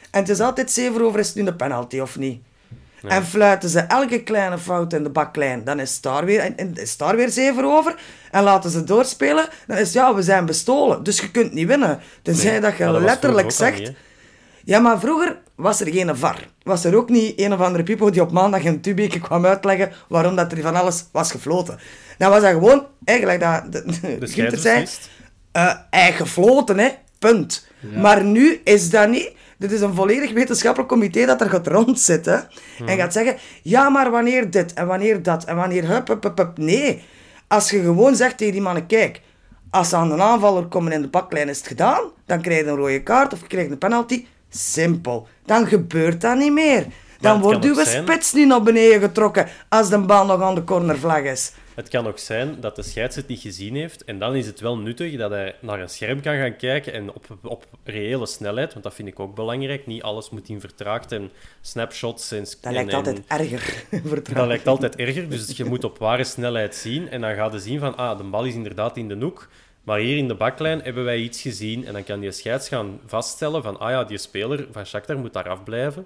En het is altijd zeven over, is het nu een penalty of niet? Ja. En fluiten ze elke kleine fout in de baklijn, dan is het daar weer, en is het daar weer zeven over. En laten ze doorspelen, dan is ja, we zijn bestolen. Dus je kunt niet winnen. Tenzij nee, dat je dat letterlijk zegt... Niet, ja, maar vroeger was er geen V A R. Was er ook niet een of andere pipo die op maandag in Tubeke kwam uitleggen waarom dat er van alles was gefloten. Dan was dat gewoon, eigenlijk dat de, de Ginter zei, uh, eigen gefloten, hè, punt. Ja. Maar nu is dat niet. Dit is een volledig wetenschappelijk comité dat er gaat rondzitten hmm. en gaat zeggen, ja, maar wanneer dit en wanneer dat en wanneer hup, hup, hup, hup. Nee, als je gewoon zegt tegen die mannen, kijk, als ze aan de aanvaller komen in de baklijn is het gedaan, dan krijg je een rode kaart of je krijgt een penalty. Simpel. Dan gebeurt dat niet meer. Dan wordt uw zijn... spits niet naar beneden getrokken als de bal nog aan de cornervlag is. Het kan ook zijn dat de scheids het niet gezien heeft en dan is het wel nuttig dat hij naar een scherm kan gaan kijken en op, op reële snelheid, want dat vind ik ook belangrijk. Niet alles moet in vertraagd en snapshots en... Dat lijkt en, altijd erger. Dat lijkt altijd erger, dus je moet op ware snelheid zien en dan ga je zien van, ah, de bal is inderdaad in de hoek. Maar hier in de baklijn hebben wij iets gezien en dan kan die scheids gaan vaststellen van, ah ja, die speler van Shakhtar moet daar afblijven.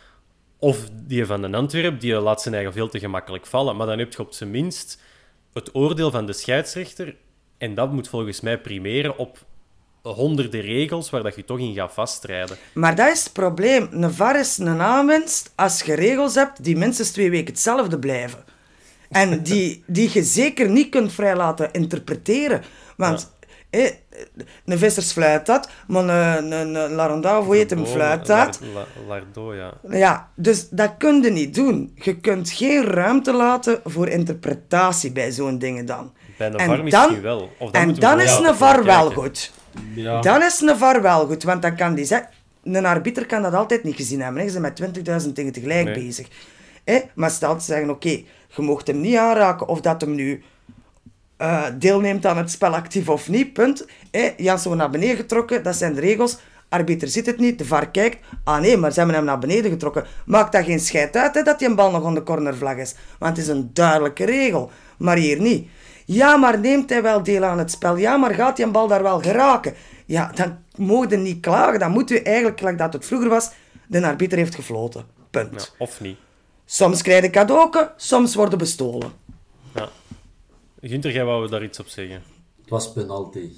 Of die van de Antwerp, die laat zijn eigen veel te gemakkelijk vallen. Maar dan heb je op zijn minst het oordeel van de scheidsrechter en dat moet volgens mij primeren op honderden regels waar dat je toch in gaat vastrijden. Maar dat is het probleem. Een V A R is een aanwinst als je regels hebt die minstens twee weken hetzelfde blijven. En die, die je zeker niet kunt vrij laten interpreteren. Want ja. eh, een Vissers fluit dat, maar een, een, een Laranda, hoe heet hem, fluit dat. Lardo, ja. Ja, dus dat kun je niet doen. Je kunt geen ruimte laten voor interpretatie bij zo'n dingen dan. Bij een V A R misschien wel. Of dan en dan is een V A R wel goed. Ja. Dan is een V A R wel goed, want dan kan die zeggen... Een arbiter kan dat altijd niet gezien hebben. Hè. Ze zijn met twintigduizend dingen tegelijk nee. bezig. Eh, maar stel te zeggen, oké, okay, je mocht hem niet aanraken of dat hem nu uh, deelneemt aan het spel actief of niet, punt. Eh, Jansen wordt naar beneden getrokken, dat zijn de regels. Arbiter ziet het niet, de V A R kijkt. Ah nee, maar ze hebben hem naar beneden getrokken. Maakt dat geen scheid uit hè, dat die een bal nog aan de cornervlag is. Want het is een duidelijke regel. Maar hier niet. Ja, maar neemt hij wel deel aan het spel? Ja, maar gaat die een bal daar wel geraken? Ja, dan moet je niet klagen. Dan moet u eigenlijk, like dat het vroeger was, de arbiter heeft gefloten. Punt. Ja, of niet. Soms krijg je cadeauken, soms worden bestolen. Ja. Gunther, jij wou daar iets op zeggen? Het was penalty.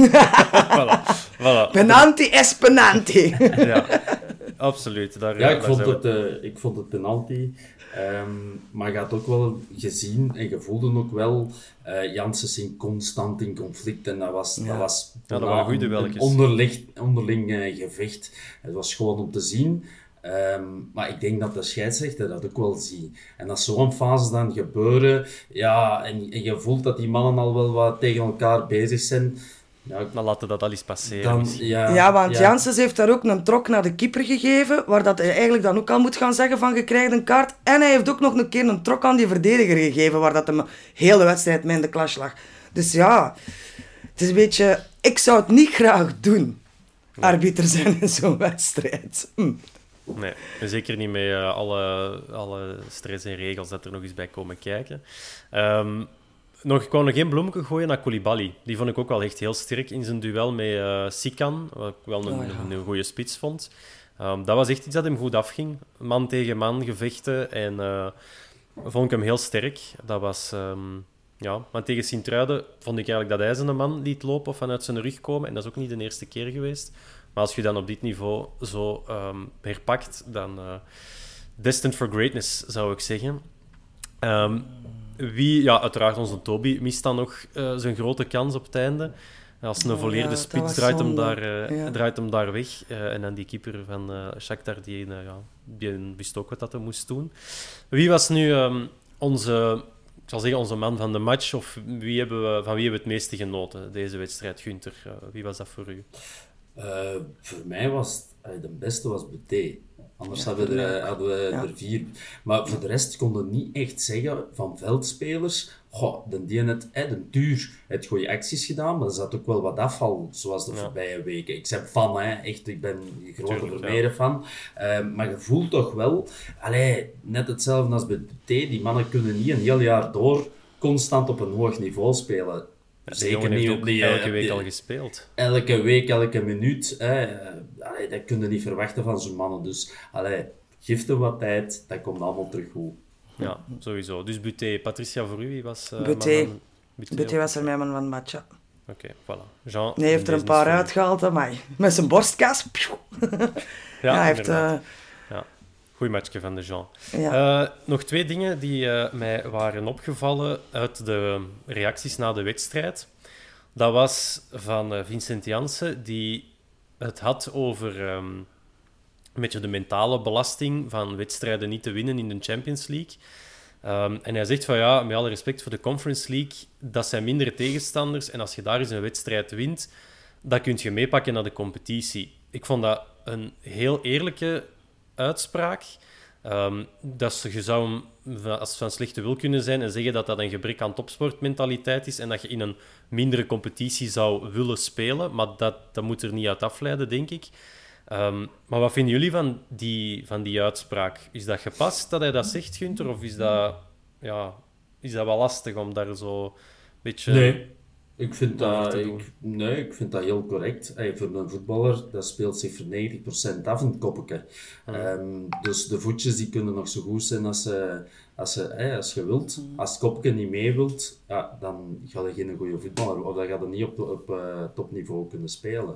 voilà. Voilà. Penalty is penalty. ja, absoluut. Daar, ja, ik, daar vond het, uh, ik vond het penalty. Um, maar je had ook wel gezien en je voelde ook wel uh, Janssens in constant in conflict en dat was, ja. dat was ja, dat waren goede een onderling, onderling uh, gevecht. Het was gewoon om te zien. Um, maar ik denk dat de scheidsrechter dat ook wel ziet. En als zo'n fase dan gebeuren, ja, en, en je voelt dat die mannen al wel wat tegen elkaar bezig zijn. Ja, dan laten dat al eens passeren. Dan, ja, ja, want ja. Janssens heeft daar ook een trok naar de keeper gegeven, waar dat hij eigenlijk dan ook al moet gaan zeggen van je krijgt een kaart. En hij heeft ook nog een keer een trok aan die verdediger gegeven, waar dat hem heel de wedstrijd mee in de clash lag. Dus ja, het is een beetje... Ik zou het niet graag doen, nee. arbiter zijn in zo'n wedstrijd. Hm. Nee, en zeker niet met uh, alle, alle stress en regels dat er nog eens bij komen kijken. Um, nog, ik wou nog geen bloemetje gooien naar Koulibaly. Die vond ik ook wel echt heel sterk in zijn duel met uh, Sikan, wat ik wel een, oh, ja. een, een goede spits vond. Um, dat was echt iets dat hem goed afging. Man tegen man gevechten en uh, vond ik hem heel sterk. Dat was... Um, ja, maar tegen Sint-Truiden vond ik eigenlijk dat hij zijn man liet lopen of vanuit zijn rug komen. En dat is ook niet de eerste keer geweest. Maar als je dan op dit niveau zo um, herpakt, dan uh, destined for greatness, zou ik zeggen. Um, wie, ja, uiteraard onze Toby mist dan nog uh, zijn grote kans op het einde. Als een volleerde ja, spits draait hem, daar, uh, ja. draait hem daar weg. Uh, en dan die keeper van uh, Shakhtar, die, uh, ja, die wist ook wat dat hij moest doen. Wie was nu um, onze... Ik zal zeggen, onze man van de match, of wie hebben we, van wie hebben we het meeste genoten, deze wedstrijd, Gunther? Uh, wie was dat voor u? Uh, voor mij was het, de beste was Bété. Anders ja, hadden we, er, hadden we ja. er vier. Maar voor de rest konden we niet echt zeggen van veldspelers. Goh, de die het, eh, de Duur heeft goede acties gedaan, maar er zat ook wel wat afval, zoals de ja. voorbije weken. Ik ben fan, hè, echt, ik ben een grote Vermeeren fan. Uh, maar je voelt toch wel, allee, net hetzelfde als bij Bété, die mannen kunnen niet een heel jaar door constant op een hoog niveau spelen. Zeker niet op die... elke week die, al gespeeld. Elke week, elke minuut. Hè. Allee, dat kun je niet verwachten van zo'n mannen. Dus allee, geef er wat tijd, dat komt allemaal terug goed. Ja, sowieso. Dus Buté, Patricia, voor u, wie was... Uh, Buté. Buté was er mijn man van het match, ja. Oké, okay, voilà. Jean... Nee, heeft er een paar uitgehaald, amai. Met zijn borstkas. Ja, ja, hij heeft... Uh... Ja. Goeie matchje van de Jean. Ja. Uh, nog twee dingen die uh, mij waren opgevallen uit de reacties na de wedstrijd. Dat was van uh, Vincent Janssen, die het had over um, een beetje de mentale belasting van wedstrijden niet te winnen in de Champions League. Um, en hij zegt van ja, met alle respect voor de Conference League, dat zijn mindere tegenstanders. En als je daar eens een wedstrijd wint, dat kun je meepakken naar de competitie. Ik vond dat een heel eerlijke uitspraak. Um, dat je zou hem als van slechte wil kunnen zijn en zeggen dat dat een gebrek aan topsportmentaliteit is en dat je in een mindere competitie zou willen spelen, maar dat, dat moet er niet uit afleiden, denk ik. Um, maar wat vinden jullie van die, van die uitspraak? Is dat gepast dat hij dat zegt, Gunther? Of is dat, ja, is dat wel lastig om daar zo een beetje... Nee. Ik vind, dat, ik, nee, ik vind dat heel correct. Hey, voor een voetballer, dat speelt zich voor negentig procent af in het koppetje. Mm. Um, dus de voetjes die kunnen nog zo goed zijn als, uh, als, uh, hey, als je wilt. Mm. Als het koppetje niet mee wilt, ja, dan ga je geen goede voetballer. Of dan ga je niet op, op uh, topniveau kunnen spelen.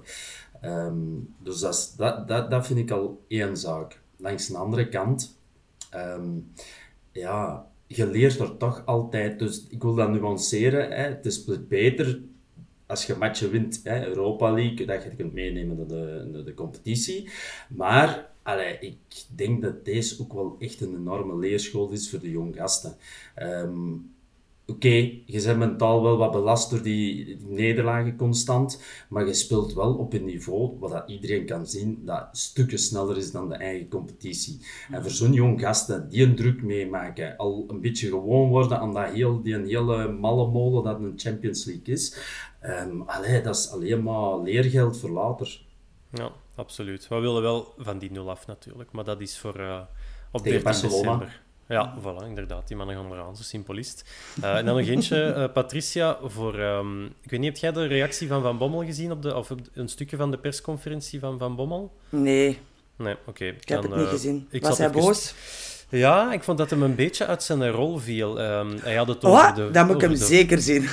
Um, dus dat, is, dat, dat, dat vind ik al één zaak. Langs de andere kant, um, ja... je leert er toch altijd, dus ik wil dat nuanceren. Hè. Het is beter als je matchen wint, hè, Europa League, dat je het kunt meenemen naar de, naar de competitie. Maar allee, ik denk dat deze ook wel echt een enorme leerschool is voor de jonge gasten. Um, Oké, okay, je bent mentaal wel wat belast door die, die nederlagen constant, maar je speelt wel op een niveau wat dat iedereen kan zien, dat stukken sneller is dan de eigen competitie. Mm. En voor zo'n jong gasten die een druk meemaken, al een beetje gewoon worden aan dat heel, die een hele malle molen dat een Champions League is, um, allee, dat is alleen maar leergeld voor later. Ja, absoluut. We willen wel van die nul af natuurlijk, maar dat is voor uh, op dertien Barcelona. December. Ja, voilà, inderdaad. Die mannen gaan eraan, zo simpel is het. Uh, en dan nog eentje, uh, Patricia, voor... Um, ik weet niet, heb jij de reactie van Van Bommel gezien, op de, of een stukje van de persconferentie van Van Bommel? Nee. Nee, oké. Okay. Ik heb dan, het niet uh, gezien. Was hij even... boos? Ja, ik vond dat hem een beetje uit zijn rol viel. Um, hij had het over oh, de... dat moet ik hem de, zeker zien.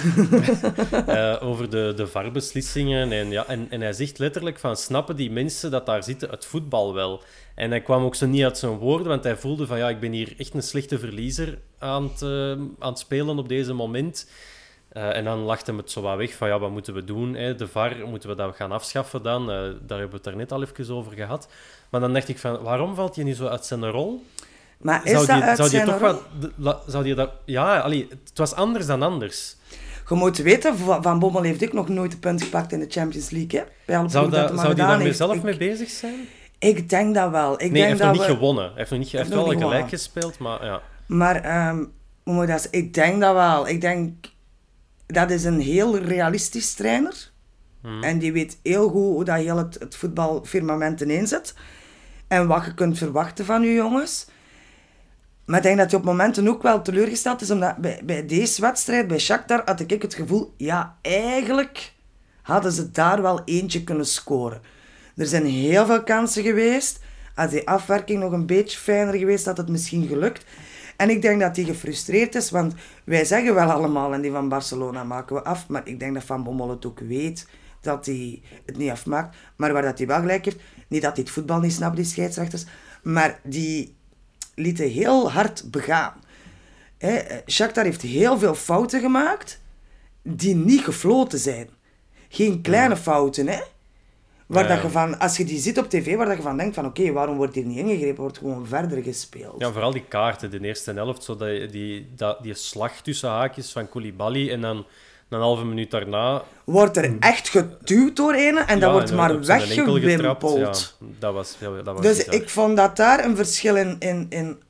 uh, over de, de V A R-beslissingen. En, ja, en, en hij zegt letterlijk van, snappen die mensen dat daar zitten het voetbal wel? En hij kwam ook zo niet uit zijn woorden, want hij voelde van, ja, ik ben hier echt een slechte verliezer aan het, uh, aan het spelen op deze moment. Uh, en dan lacht hem het zo wat weg van, ja, wat moeten we doen? Hè? De V A R, moeten we dat gaan afschaffen dan? Uh, daar hebben we het daar net al even over gehad. Maar dan dacht ik van, waarom valt hij nu zo uit zijn rol? Maar is zou die, dat uit zou die zijn toch rol? Wat, zou die dat... Ja, allee, het was anders dan anders. Je moet weten, Van Bommel heeft ook nog nooit een punt gepakt in de Champions League. Hè? Bij alle zou dat, dat zou die daarmee heeft. zelf ik, mee bezig zijn? Ik denk dat wel. Ik nee, denk hij heeft dat nog niet we... gewonnen. Hij heeft, nog niet, hij heeft, heeft wel gelijk gewonnen. gespeeld, maar ja. Maar, um, hoe moet ik dat zeggen? Ik denk dat wel. Ik denk... Dat is een heel realistisch trainer. Hmm. En die weet heel goed hoe dat heel het, het voetbalfirmament ineenzet. En wat je kunt verwachten van je jongens. Maar ik denk dat hij op momenten ook wel teleurgesteld is. Omdat bij, bij deze wedstrijd, bij Shakhtar, had ik het gevoel... Ja, eigenlijk hadden ze daar wel eentje kunnen scoren. Er zijn heel veel kansen geweest. Als die afwerking nog een beetje fijner geweest, had het misschien gelukt. En ik denk dat hij gefrustreerd is, want wij zeggen wel allemaal, en die van Barcelona maken we af, maar ik denk dat Van Bommel het ook weet, dat hij het niet afmaakt. Maar waar dat hij wel gelijk heeft, niet dat hij het voetbal niet snapt, die scheidsrechters, maar die lieten heel hard begaan. He, Shakhtar heeft heel veel fouten gemaakt, die niet gefloten zijn. Geen kleine fouten, hè. Waar ja, ja. Dat je van, als je die ziet op tv, waar dat je van denkt van oké, okay, waarom wordt hier niet ingegrepen? Wordt gewoon verder gespeeld. Ja, vooral die kaarten, de eerste helft, zo die, die, dat, die slag tussen haakjes van Koulibaly en dan een halve minuut daarna... Wordt er echt geduwd door een en dat ja, wordt en maar weggewimpeld. Ja, dat was, ja, dat was dus bizar. Ik vond dat daar een verschil in, in, in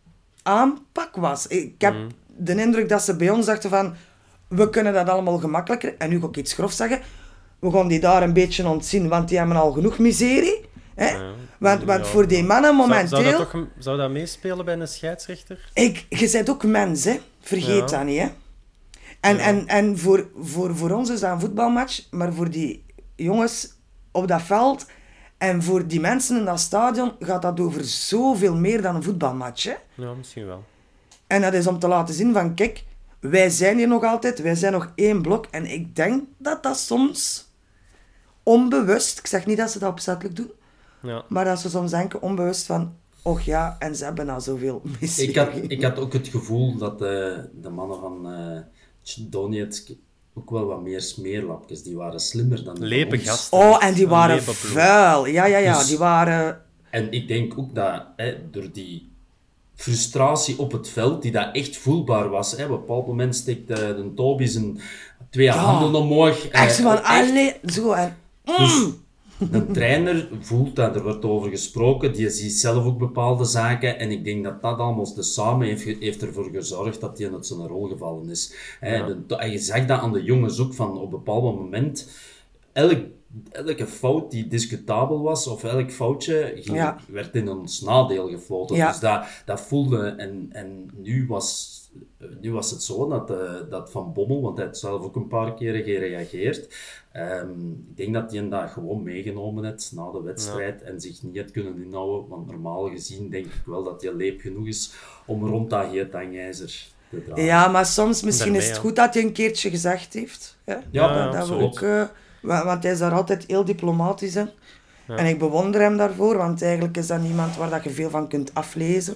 aanpak was. Ik heb mm. de indruk dat ze bij ons dachten van we kunnen dat allemaal gemakkelijker. En nu ga ik iets grof zeggen. We gaan die daar een beetje ontzien, want die hebben al genoeg miserie. Hè? Ja, want want ja, voor die mannen momenteel... Zou, zou, dat toch, zou dat meespelen bij een scheidsrechter? Ik, je bent ook mens, hè. Vergeet ja. dat niet. Hè. En, Ja. en, en voor, voor, voor ons is dat een voetbalmatch, maar voor die jongens op dat veld en voor die mensen in dat stadion gaat dat over zoveel meer dan een voetbalmatch. Hè? Ja, misschien wel. En dat is om te laten zien van, kijk, wij zijn hier nog altijd, wij zijn nog één blok. En ik denk dat dat soms onbewust, ik zeg niet dat ze dat opzettelijk doen, Ja. maar dat ze soms denken onbewust van, och ja, en ze hebben al zoveel missie. Ik had, ik had ook het gevoel dat de, de mannen van uh, Donetsk ook wel wat meer smeerlapjes, die waren slimmer dan die Lepe van ons. gasten. Oh, en die waren Een lepenploeg. vuil. Ja, ja, ja, Dus- die waren... En ik denk ook dat hè, door die frustratie op het veld, die dat echt voelbaar was, hè, op een bepaald moment steekt uh, de Toby zijn twee handen omhoog. Echt zo eh, van, allee, zo en... Dus de trainer voelt dat, er wordt over gesproken, die ziet zelf ook bepaalde zaken en ik denk dat dat allemaal te samen heeft, heeft ervoor gezorgd dat hij in zijn rol gevallen is. Hè, Ja. de, en je zag dat aan de jongens ook, van op een bepaald moment, elk, elke fout die discutabel was, of elk foutje, ging, Ja. werd in ons nadeel gefloten. Ja. Dus dat, dat voelde, en, en nu was... Nu was het zo dat, uh, dat Van Bommel, want hij heeft zelf ook een paar keren gereageerd, um, ik denk dat hij dat gewoon meegenomen heeft na de wedstrijd ja. en zich niet had kunnen inhouden, want normaal gezien denk ik wel dat hij leep genoeg is om rond dat heet hangijzer te dragen. Ja, maar soms misschien Daarmee, is het ja. goed dat hij een keertje gezegd heeft. Hè? Ja, dat, dat we absoluut. ook, uh, wa- want hij is daar altijd heel diplomatisch in. Ja. En ik bewonder hem daarvoor, want eigenlijk is dat iemand waar dat je veel van kunt aflezen.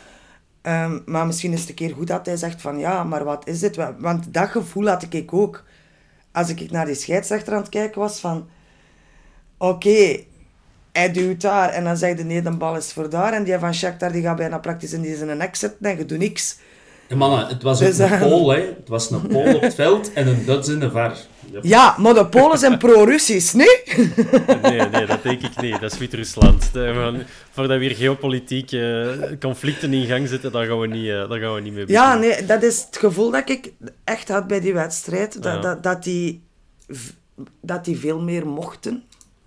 Um, maar misschien is het een keer goed dat hij zegt van ja, maar wat is dit? Want dat gevoel had ik ook als ik naar die scheidsrechter aan het kijken was van oké, okay, hij duwt daar en dan zeg je nee, de bal is voor daar en die van Shakhtar die gaat bijna praktisch in die zijn nek zitten en je doet niks. Ja, mannen, het was ook Dus, een uh, Pool, hè. Het was een Pool op het veld en een Duits in de V A R. Yep. Ja, maar de Polen zijn pro-Russisch, nee? Nee, nee, dat denk ik niet. Dat is Wit-Rusland. De- we gaan- Voordat we hier geopolitieke conflicten in gang zetten, daar gaan we niet, eh, daar gaan we niet mee beginnen. Ja, nee, dat is het gevoel dat ik echt had bij die wedstrijd. Dat, Ja. dat, dat, die, v- dat die veel meer mochten.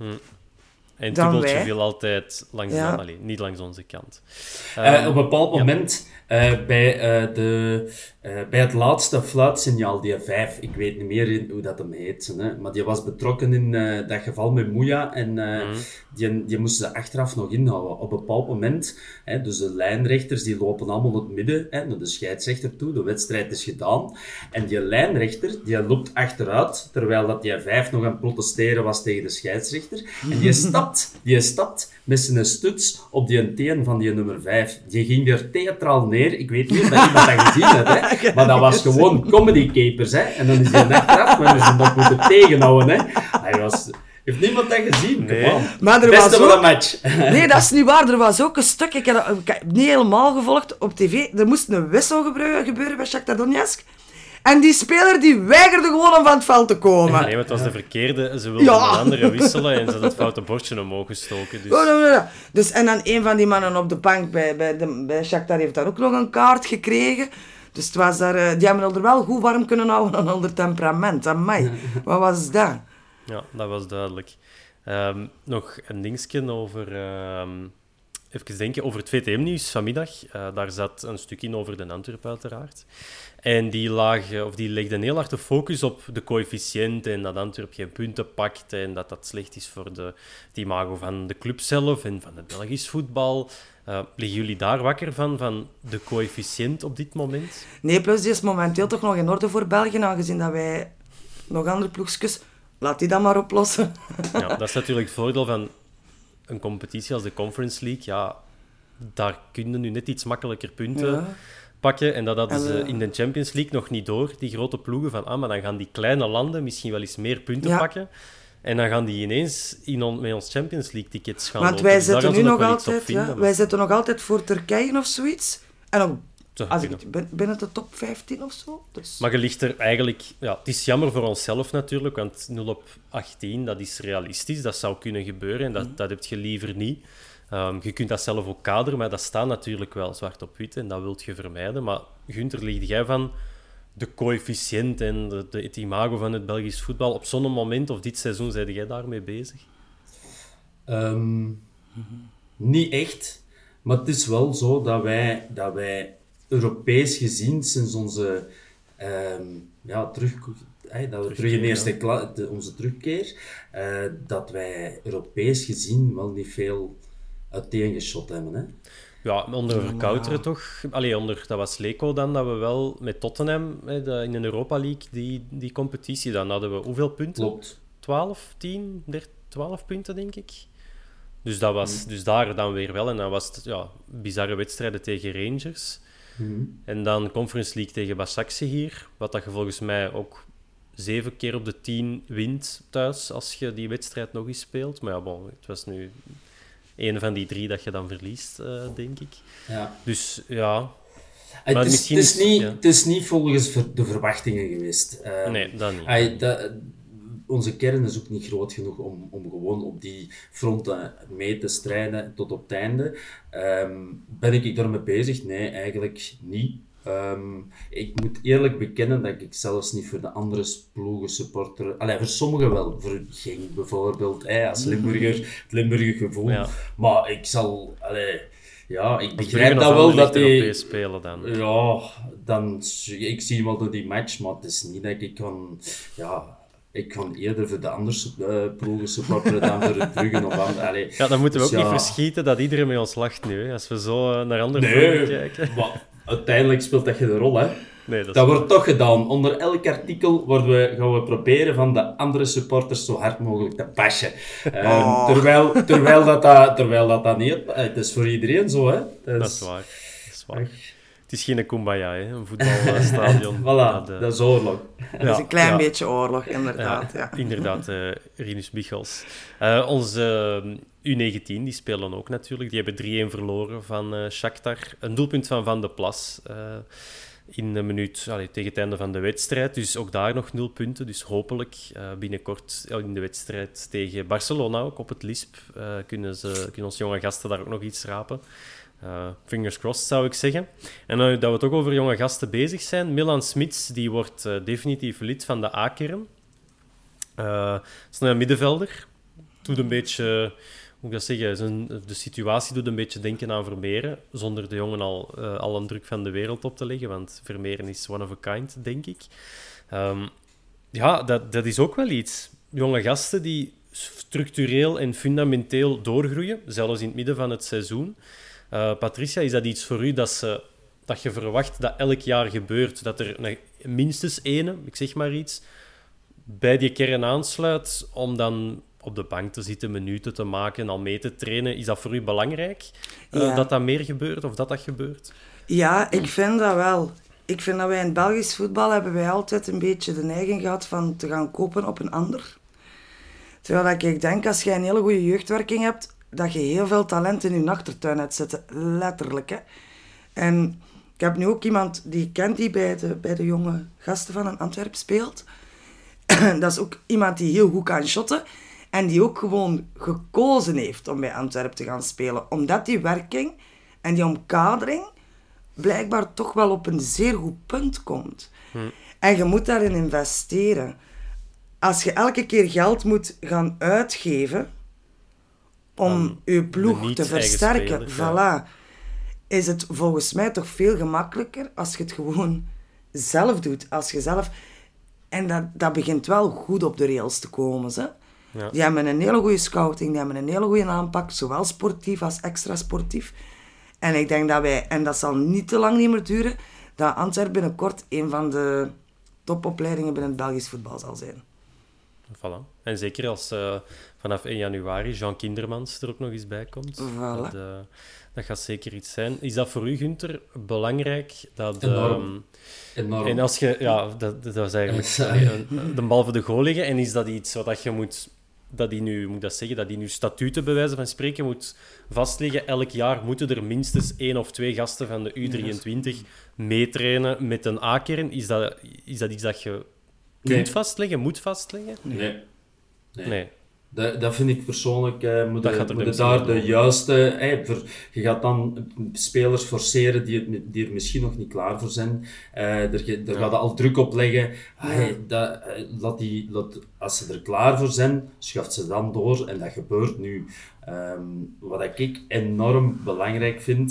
En het dan dubbeltje wij. viel altijd langs Ja. de, allee, niet langs onze kant. Uh, Ehm, op een bepaald ja. moment, uh, bij, uh, de, uh, bij het laatste fluitsignaal, die vijf, ik weet niet meer in, hoe dat hem heet, hè, maar die was betrokken in uh, dat geval met Mouya en uh, Mhm. die, die moesten ze achteraf nog inhouden. Op een bepaald moment, hè, dus de lijnrechters die lopen allemaal naar het midden, hè, naar de scheidsrechter toe, de wedstrijd is gedaan, en die lijnrechter die loopt achteruit, terwijl dat die vijf nog aan het protesteren was tegen de scheidsrechter, en die stapt, die stapt met zijn stuts op die teen van die nummer vijf. Die ging er theatraal neer. Ik weet niet of dat iemand dat gezien had, hè. Maar dat was gewoon comedy capers, hè. En dan is hij achteraf, maar we zijn dat moeten tegenhouden, hè. Hij was... Heeft niemand dat gezien? Nee. Come on. Maar er Beste was van ook- de match. Nee, dat is niet waar. Er was ook een stuk, ik heb, dat- ik heb het niet helemaal gevolgd op tv. Er moest een wissel gebeuren, gebeuren bij Shakhtar Donetsk. En die speler die weigerde gewoon om van het veld te komen. Nee, maar het was de verkeerde. Ze wilden Ja. een andere wisselen en ze hadden het foute bordje omhoog gestoken. Dus... Oh, no, no, no. Dus, en dan een van die mannen op de bank bij, bij, de, bij Shakhtar heeft daar ook nog een kaart gekregen. Dus het was daar, eh, die hebben er wel goed warm kunnen houden aan onder temperament. Amai, wat was dat? Ja, dat was duidelijk. Ehm, nog een dingetje over... ehm, even denken over het V T M-nieuws vanmiddag. Uh, daar zat een stuk in over de Antwerp, uiteraard. En die, laag, of die legde een heel hard de focus op de coëfficiënt en dat Antwerp geen punten pakt en dat dat slecht is voor de, het imago van de club zelf en van het Belgisch voetbal. Uh, liggen jullie daar wakker van, van de coëfficiënt op dit moment? Nee, plus die is momenteel toch nog in orde voor België, aangezien dat wij nog andere ploegjes... Laat die dat maar oplossen. Ja, dat is natuurlijk het voordeel van een competitie als de Conference League. Ja, daar kun je nu net iets makkelijker punten Ja. pakken. En dat hadden En, ze uh, in de Champions League nog niet door, die grote ploegen. Van, ah, maar dan gaan die kleine landen misschien wel eens meer punten Ja. pakken. En dan gaan die ineens in on, met ons Champions League tickets gaan Want lopen. wij Dus daar zitten gaan nu ze nog wel iets op altijd... vinden, Ja, maar- wij zitten nog altijd voor Turkije of zoiets. En ook Zou als ik kunnen. het, bin- binnen de top vijftien of zo. Dus. Maar je ligt er eigenlijk... Ja, het is jammer voor onszelf natuurlijk, want nul op achttien, dat is realistisch. Dat zou kunnen gebeuren en dat, dat heb je liever niet. Um, je kunt dat zelf ook kaderen, maar dat staat natuurlijk wel zwart op wit en dat wilt je vermijden. Maar Gunther, ligt jij van de coëfficiënt en de, de, het imago van het Belgisch voetbal op zo'n moment of dit seizoen, zijn jij daarmee bezig? Um, niet echt, maar het is wel zo dat wij, dat wij Europees gezien sinds onze um, ja, terug, eh, dat we terug in eerste kla- de, onze terugkeer, uh, dat wij Europees gezien wel niet veel uiteengeschot hebben. Hè? Ja, onder Verkouteren ja. toch. Allee, onder, dat was Leco dan, dat we wel met Tottenham hè, de, in de Europa League, die, die competitie, dan hadden we hoeveel punten? Klopt. twaalf, tien, dertien, twaalf punten, denk ik. Dus, dat was, mm. dus daar dan weer wel. En dan was het ja, bizarre wedstrijden tegen Rangers. Mm. En dan Conference League tegen Başakşehir hier, wat dat je volgens mij ook zeven keer op de tien wint thuis, als je die wedstrijd nog eens speelt. Maar ja, bon, het was nu één van die drie dat je dan verliest, uh, denk ik. Ja. Dus ja... Het is, misschien het, is niet, ja. het is niet volgens de verwachtingen geweest. Um, nee, dat niet. Ay, dat, onze kern is ook niet groot genoeg om, om gewoon op die fronten mee te strijden tot op het einde. Um, ben ik daarmee bezig? Nee, eigenlijk niet. Um, ik moet eerlijk bekennen dat ik zelfs niet voor de andere ploegen supporter... Allee, voor sommigen wel. Voor Genk bijvoorbeeld, eh, als Limburger, het Limburger gevoel. Ja. Maar ik zal... Allee, ja, ik begrijp dat wel dat die... spelen dan. Ja, dan... Ik zie wel door die match, maar het is niet dat ik kan... Ja... Ik kan eerder voor de andere uh, ploegen supporteren dan voor het Brugge of andere. Allee, ja, dan moeten we dus ook ja. niet verschieten dat iedereen met ons lacht nu, hè, als we zo naar andere nee, ploegen kijken. Maar uiteindelijk speelt dat geen rol, hè. Nee, dat dat wordt toch gedaan. Onder elk artikel worden we, gaan we proberen van de andere supporters zo hard mogelijk te bashen. Um, oh. terwijl, terwijl, dat, dat, terwijl dat dat niet... Het is voor iedereen zo, hè. Dat is, dat is waar. Dat is waar. Ach. Het is geen Kumbaya, hè? Een voetbalstadion. Voilà, dat, uh... dat is oorlog. Ja, dat is een klein ja. beetje oorlog, inderdaad. Ja, ja. Inderdaad, uh, Rinus Michels. Uh, onze uh, U negentien, die spelen ook natuurlijk. Die hebben drie-een verloren van uh, Shakhtar. Een doelpunt van Van de Plas uh, in de minuut allee, tegen het einde van de wedstrijd. Dus ook daar nog nul punten. Dus hopelijk uh, binnenkort uh, in de wedstrijd tegen Barcelona, ook op het Lisp, uh, kunnen, ze, kunnen onze jonge gasten daar ook nog iets rapen. Uh, fingers crossed, zou ik zeggen. En uh, dat we toch over jonge gasten bezig zijn. Milan Smits, die wordt uh, definitief lid van de A-kern. Uh, is een middenvelder. Doet een beetje, uh, hoe moet ik dat zeggen, zijn, de situatie doet een beetje denken aan Vermeeren, zonder de jongen al, uh, al een druk van de wereld op te leggen, want Vermeeren is one of a kind, denk ik. Um, ja, dat, dat is ook wel iets. Jonge gasten die structureel en fundamenteel doorgroeien, zelfs in het midden van het seizoen. Uh, Patricia, is dat iets voor u dat, ze, dat je verwacht dat elk jaar gebeurt? Dat er nou, minstens ene, ik zeg maar iets, bij die kern aansluit om dan op de bank te zitten, minuten te maken, al mee te trainen. Is dat voor u belangrijk? Uh, ja. Dat dat meer gebeurt of dat dat gebeurt? Ja, ik vind dat wel. Ik vind dat wij in het Belgisch voetbal hebben wij altijd een beetje de neiging gehad van te gaan kopen op een ander. Terwijl dat ik denk, als jij een hele goede jeugdwerking hebt, dat je heel veel talent in je achtertuin hebt zitten. Letterlijk, hè. En ik heb nu ook iemand die kent die bij de, bij de jonge gasten van een Antwerp speelt. Dat is ook iemand die heel goed kan shotten. En die ook gewoon gekozen heeft om bij Antwerp te gaan spelen. Omdat die werking en die omkadering blijkbaar toch wel op een zeer goed punt komt. Hm. En je moet daarin investeren. Als je elke keer geld moet gaan uitgeven om um, je ploeg te versterken, speler, voilà, ja. is het volgens mij toch veel gemakkelijker als je het gewoon zelf doet. Als je zelf... En dat, dat begint wel goed op de rails te komen. Hè? Ja. Die hebben een hele goede scouting, die hebben een hele goede aanpak, zowel sportief als extra sportief. En ik denk dat wij, en dat zal niet te lang niet meer duren, dat Antwerp binnenkort een van de topopleidingen binnen het Belgisch voetbal zal zijn. Voilà. En zeker als uh, vanaf één januari Jean Kindermans er ook nog eens bij komt. Voilà. Dat, uh, dat gaat zeker iets zijn. Is dat voor u, Gunther, belangrijk? Dat, Enorm. Um, Enorm. En als je... Ja, dat, dat is eigenlijk nee, de bal voor de goal liggen. En is dat iets wat je moet... Dat die nu, moet ik dat zeggen, dat die nu statuten bij wijze van spreken moet vastleggen. Elk jaar moeten er minstens één of twee gasten van de U drieëntwintig meetrainen met een A-kern. Is dat, is dat iets dat je kunt nee. vastleggen, moet vastleggen? Nee. Nee. nee. Dat, dat vind ik persoonlijk, eh, moet je moet daar de juiste... Eh, voor, je gaat dan spelers forceren die, het, die er misschien nog niet klaar voor zijn. Eh, er daar ja. gaat je al druk op leggen. Ah, ja. dat, laat die, laat, als ze er klaar voor zijn, schuift ze dan door. En dat gebeurt nu. Um, wat ik enorm belangrijk vind...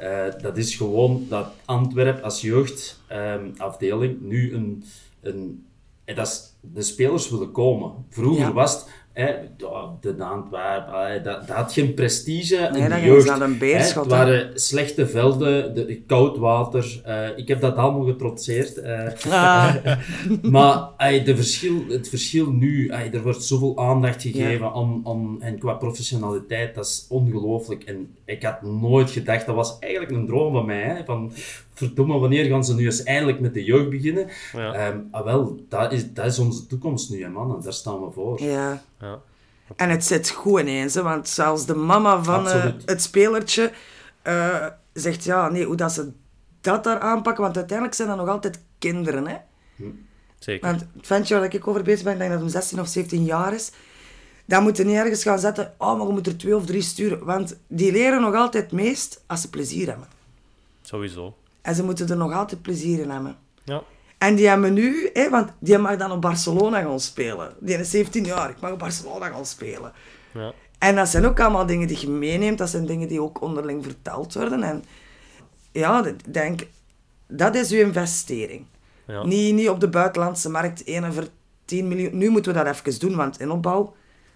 Uh, dat is gewoon dat Antwerp als jeugdafdeling um, nu een... een en dat is, de spelers willen komen. Vroeger ja. was het... Hè, de Antwerpen, dat, dat had geen prestige nee, in de dat jeugd. Hè, een beerschot, het waren slechte velden, de, koud water. Uh, ik heb dat allemaal getrotseerd. Uh, ah. maar ay, de verschil, het verschil nu, ay, er wordt zoveel aandacht gegeven ja. aan, aan, en qua professionaliteit, dat is ongelooflijk. En ik had nooit gedacht, dat was eigenlijk een droom van mij, hè, van... Verdomme, wanneer gaan ze nu eens eindelijk met de jeugd beginnen? Ja. Um, ah, wel, dat is, dat is onze toekomst nu, hè, mannen. Daar staan we voor. Ja. ja. En het zit goed ineens, hè, want zelfs de mama van uh, het spelertje uh, zegt, ja, nee, hoe dat ze dat daar aanpakken, want uiteindelijk zijn dat nog altijd kinderen, hè. Hm. Zeker. Want het ventje waar ik over bezig ben, ik denk dat hij zestien of zeventien jaar is, dan moet je niet ergens gaan zetten, oh, maar je moet er twee of drie sturen, want die leren nog altijd het meest als ze plezier hebben. Sowieso. En ze moeten er nog altijd plezier in hebben. Ja. En die hebben nu, hè, want die mag dan op Barcelona gaan spelen. Die is zeventien jaar, ik mag op Barcelona gaan spelen. Ja. En dat zijn ook allemaal dingen die je meeneemt, dat zijn dingen die ook onderling verteld worden. En ja, ik denk, dat is uw investering. Ja. Niet, niet op de buitenlandse markt, één voor tien miljoen. Nu moeten we dat even doen, want in opbouw...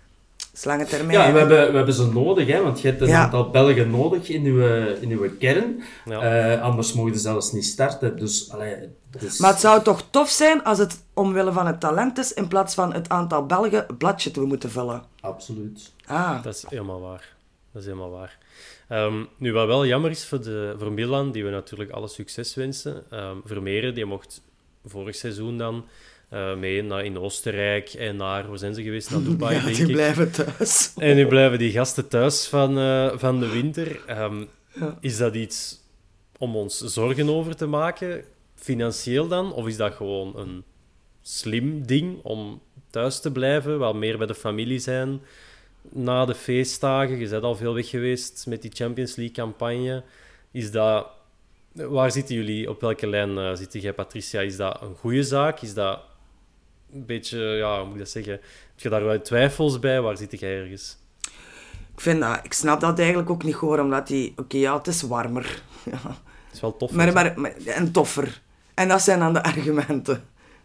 Lange termijn. Ja, we hebben, we hebben ze nodig, hè, want je hebt een ja. aantal Belgen nodig in uw, in uw kern. Ja. Uh, anders mogen ze zelfs niet starten. Dus, allee, dus... Maar het zou toch tof zijn als het omwille van het talent is, in plaats van het aantal Belgen een bladje te moeten vullen. Absoluut. Ah. Dat is helemaal waar. Dat is helemaal waar. Um, nu, wat wel jammer is voor, de, voor Milan, die we natuurlijk alle succes wensen. Um, Vermeeren, die mocht vorig seizoen dan... Uh, mee naar, in Oostenrijk en naar... Waar zijn ze geweest? Naar Dubai, ja, denk die ik. blijven thuis. En nu blijven die gasten thuis van, uh, van de winter. Um, ja. Is dat iets om ons zorgen over te maken? Financieel dan? Of is dat gewoon een slim ding om thuis te blijven? Wel meer bij de familie zijn na de feestdagen? Je bent al veel weg geweest met die Champions League-campagne. Is dat... Waar zitten jullie? Op welke lijn uh, zit jij, Patricia? Is dat een goede zaak? Is dat... Een beetje, ja, hoe moet ik dat zeggen? Heb je daar wel twijfels bij? Waar zit jij ergens? Ik vind dat, ik snap dat eigenlijk ook niet hoor, omdat die, oké, okay, ja, het is warmer. Ja. Het is wel toffer. Maar, maar, maar, en toffer. En dat zijn dan de argumenten.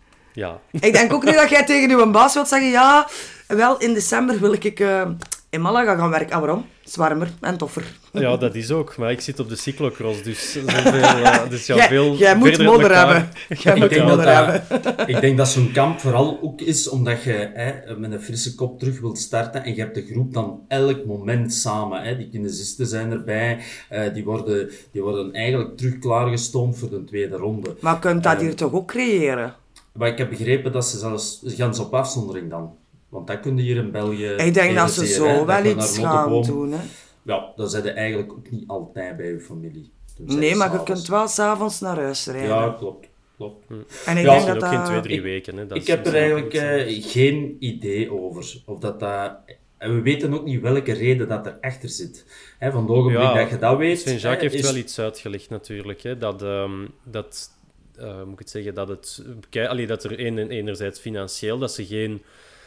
Ja. Ik denk ook niet dat jij tegen uw baas wilt zeggen, ja, wel, in december wil ik uh, in Malaga gaan werken. Ah, waarom? Het is warmer en toffer. Ja, dat is ook. Maar ik zit op de cyclocross, dus, zoveel, uh, dus ja, jij, veel jij moet modder hebben. Jij moet ik, modder denk hebben. Dat, ik denk dat zo'n kamp vooral ook is omdat je hè, met een frisse kop terug wilt starten en je hebt de groep dan elk moment samen. Hè. Die kinesisten zijn erbij, uh, die, worden, die worden eigenlijk terug klaargestoomd voor de tweede ronde. Maar je kunt dat um, hier toch ook creëren? Maar ik heb begrepen dat ze zelfs... Ze gaan ze op afzondering dan. Want dat kun je hier in België... Ik denk dat ze zo hè, wel iets gaan doen, hè. Ja, dan zijn je eigenlijk ook niet altijd bij je familie. Nee, maar je kunt wel s'avonds naar huis rijden. Ja, klopt. klopt. Hm. En ik ja, denk dat ook dat... geen twee, drie weken. Hè. Dat ik is heb er eigenlijk uh, geen idee over. Of dat dat... En we weten ook niet welke reden dat erachter zit. Hè, van het ogenblik ja, dat je dat weet... Saint-Jacques heeft is... wel iets uitgelegd natuurlijk. Hè, dat... Um, dat Uh, moet ik het zeggen, dat, het, allee, dat er een, enerzijds financieel, dat ze geen,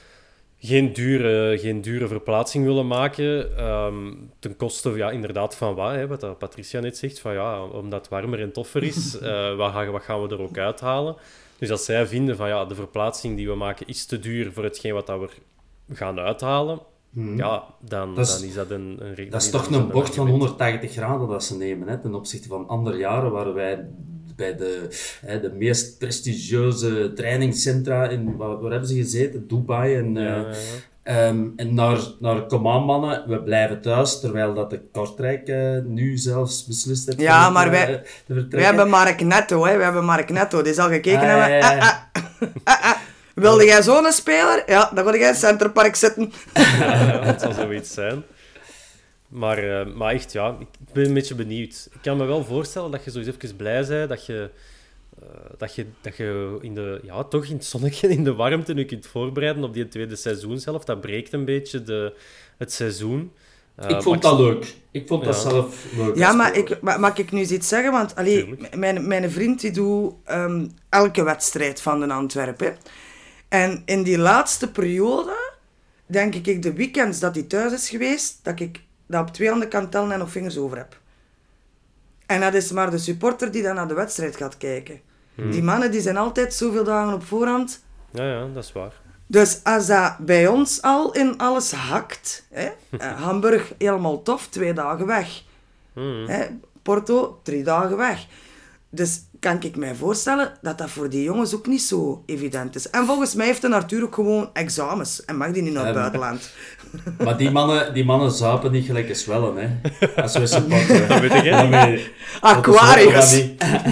geen, dure, geen dure verplaatsing willen maken, um, ten koste ja, inderdaad van wat, hè, wat Patricia net zegt, van, ja, omdat het warmer en toffer is, uh, wat, gaan, wat gaan we er ook uithalen? Dus als zij vinden van ja, de verplaatsing die we maken is te duur voor hetgeen wat dat we gaan uithalen, hmm. ja, dan, dat is, dan is dat een... een dat is toch een bocht van honderdtachtig graden dat ze nemen, hè, ten opzichte van andere jaren waar wij... bij de, hè, de meest prestigieuze trainingscentra in, waar, waar hebben ze gezeten? Dubai en, ja, uh, ja, ja. Um, en naar, naar kom aan mannen, we blijven thuis, terwijl dat de Kortrijk uh, nu zelfs beslist heeft ja, om maar uh, wij, te vertrekken. wij hebben Mark Netto, hè. We hebben Mark Netto, die zal gekeken ah, hebben. ja, ja. Ah, ah, ah, ah. Wilde jij zo'n speler? Ja, dan wil jij in Centerpark zitten. Ja, dat zal zoiets zijn. Maar, uh, maar echt, ja, ik ben een beetje benieuwd. Ik kan me wel voorstellen dat je zo eens even blij bent, dat je, uh, dat je, dat je in de, ja, toch in het zonnetje, in de warmte, nu kunt voorbereiden op die tweede seizoen zelf. Dat breekt een beetje de, het seizoen. Uh, ik vond dat leuk. Ik vond dat ja. zelf leuk. Ja, maar ik, maar, mag ik nu eens iets zeggen? Want allee, mijn, mijn vriend die doet um, elke wedstrijd van de Antwerpen. En in die laatste periode, denk ik, de weekends dat hij thuis is geweest, dat ik dat op twee handen kan tellen en nog vingers over heb. En dat is maar de supporter die dan naar de wedstrijd gaat kijken. Hmm. Die mannen die zijn altijd zoveel dagen op voorhand. Ja, ja, dat is waar. Dus als dat bij ons al in alles hakt, hè, Hamburg helemaal tof, twee dagen weg. Hmm. Hè, Porto, drie dagen weg. Dus kan ik mij voorstellen dat dat voor die jongens ook niet zo evident is. En volgens mij heeft hij natuurlijk gewoon examens en mag die niet naar het um, buitenland. Maar die mannen, die mannen zuipen niet gelijk eens wel, hè. Als we supporten. Dat weet ik niet. Aquarius.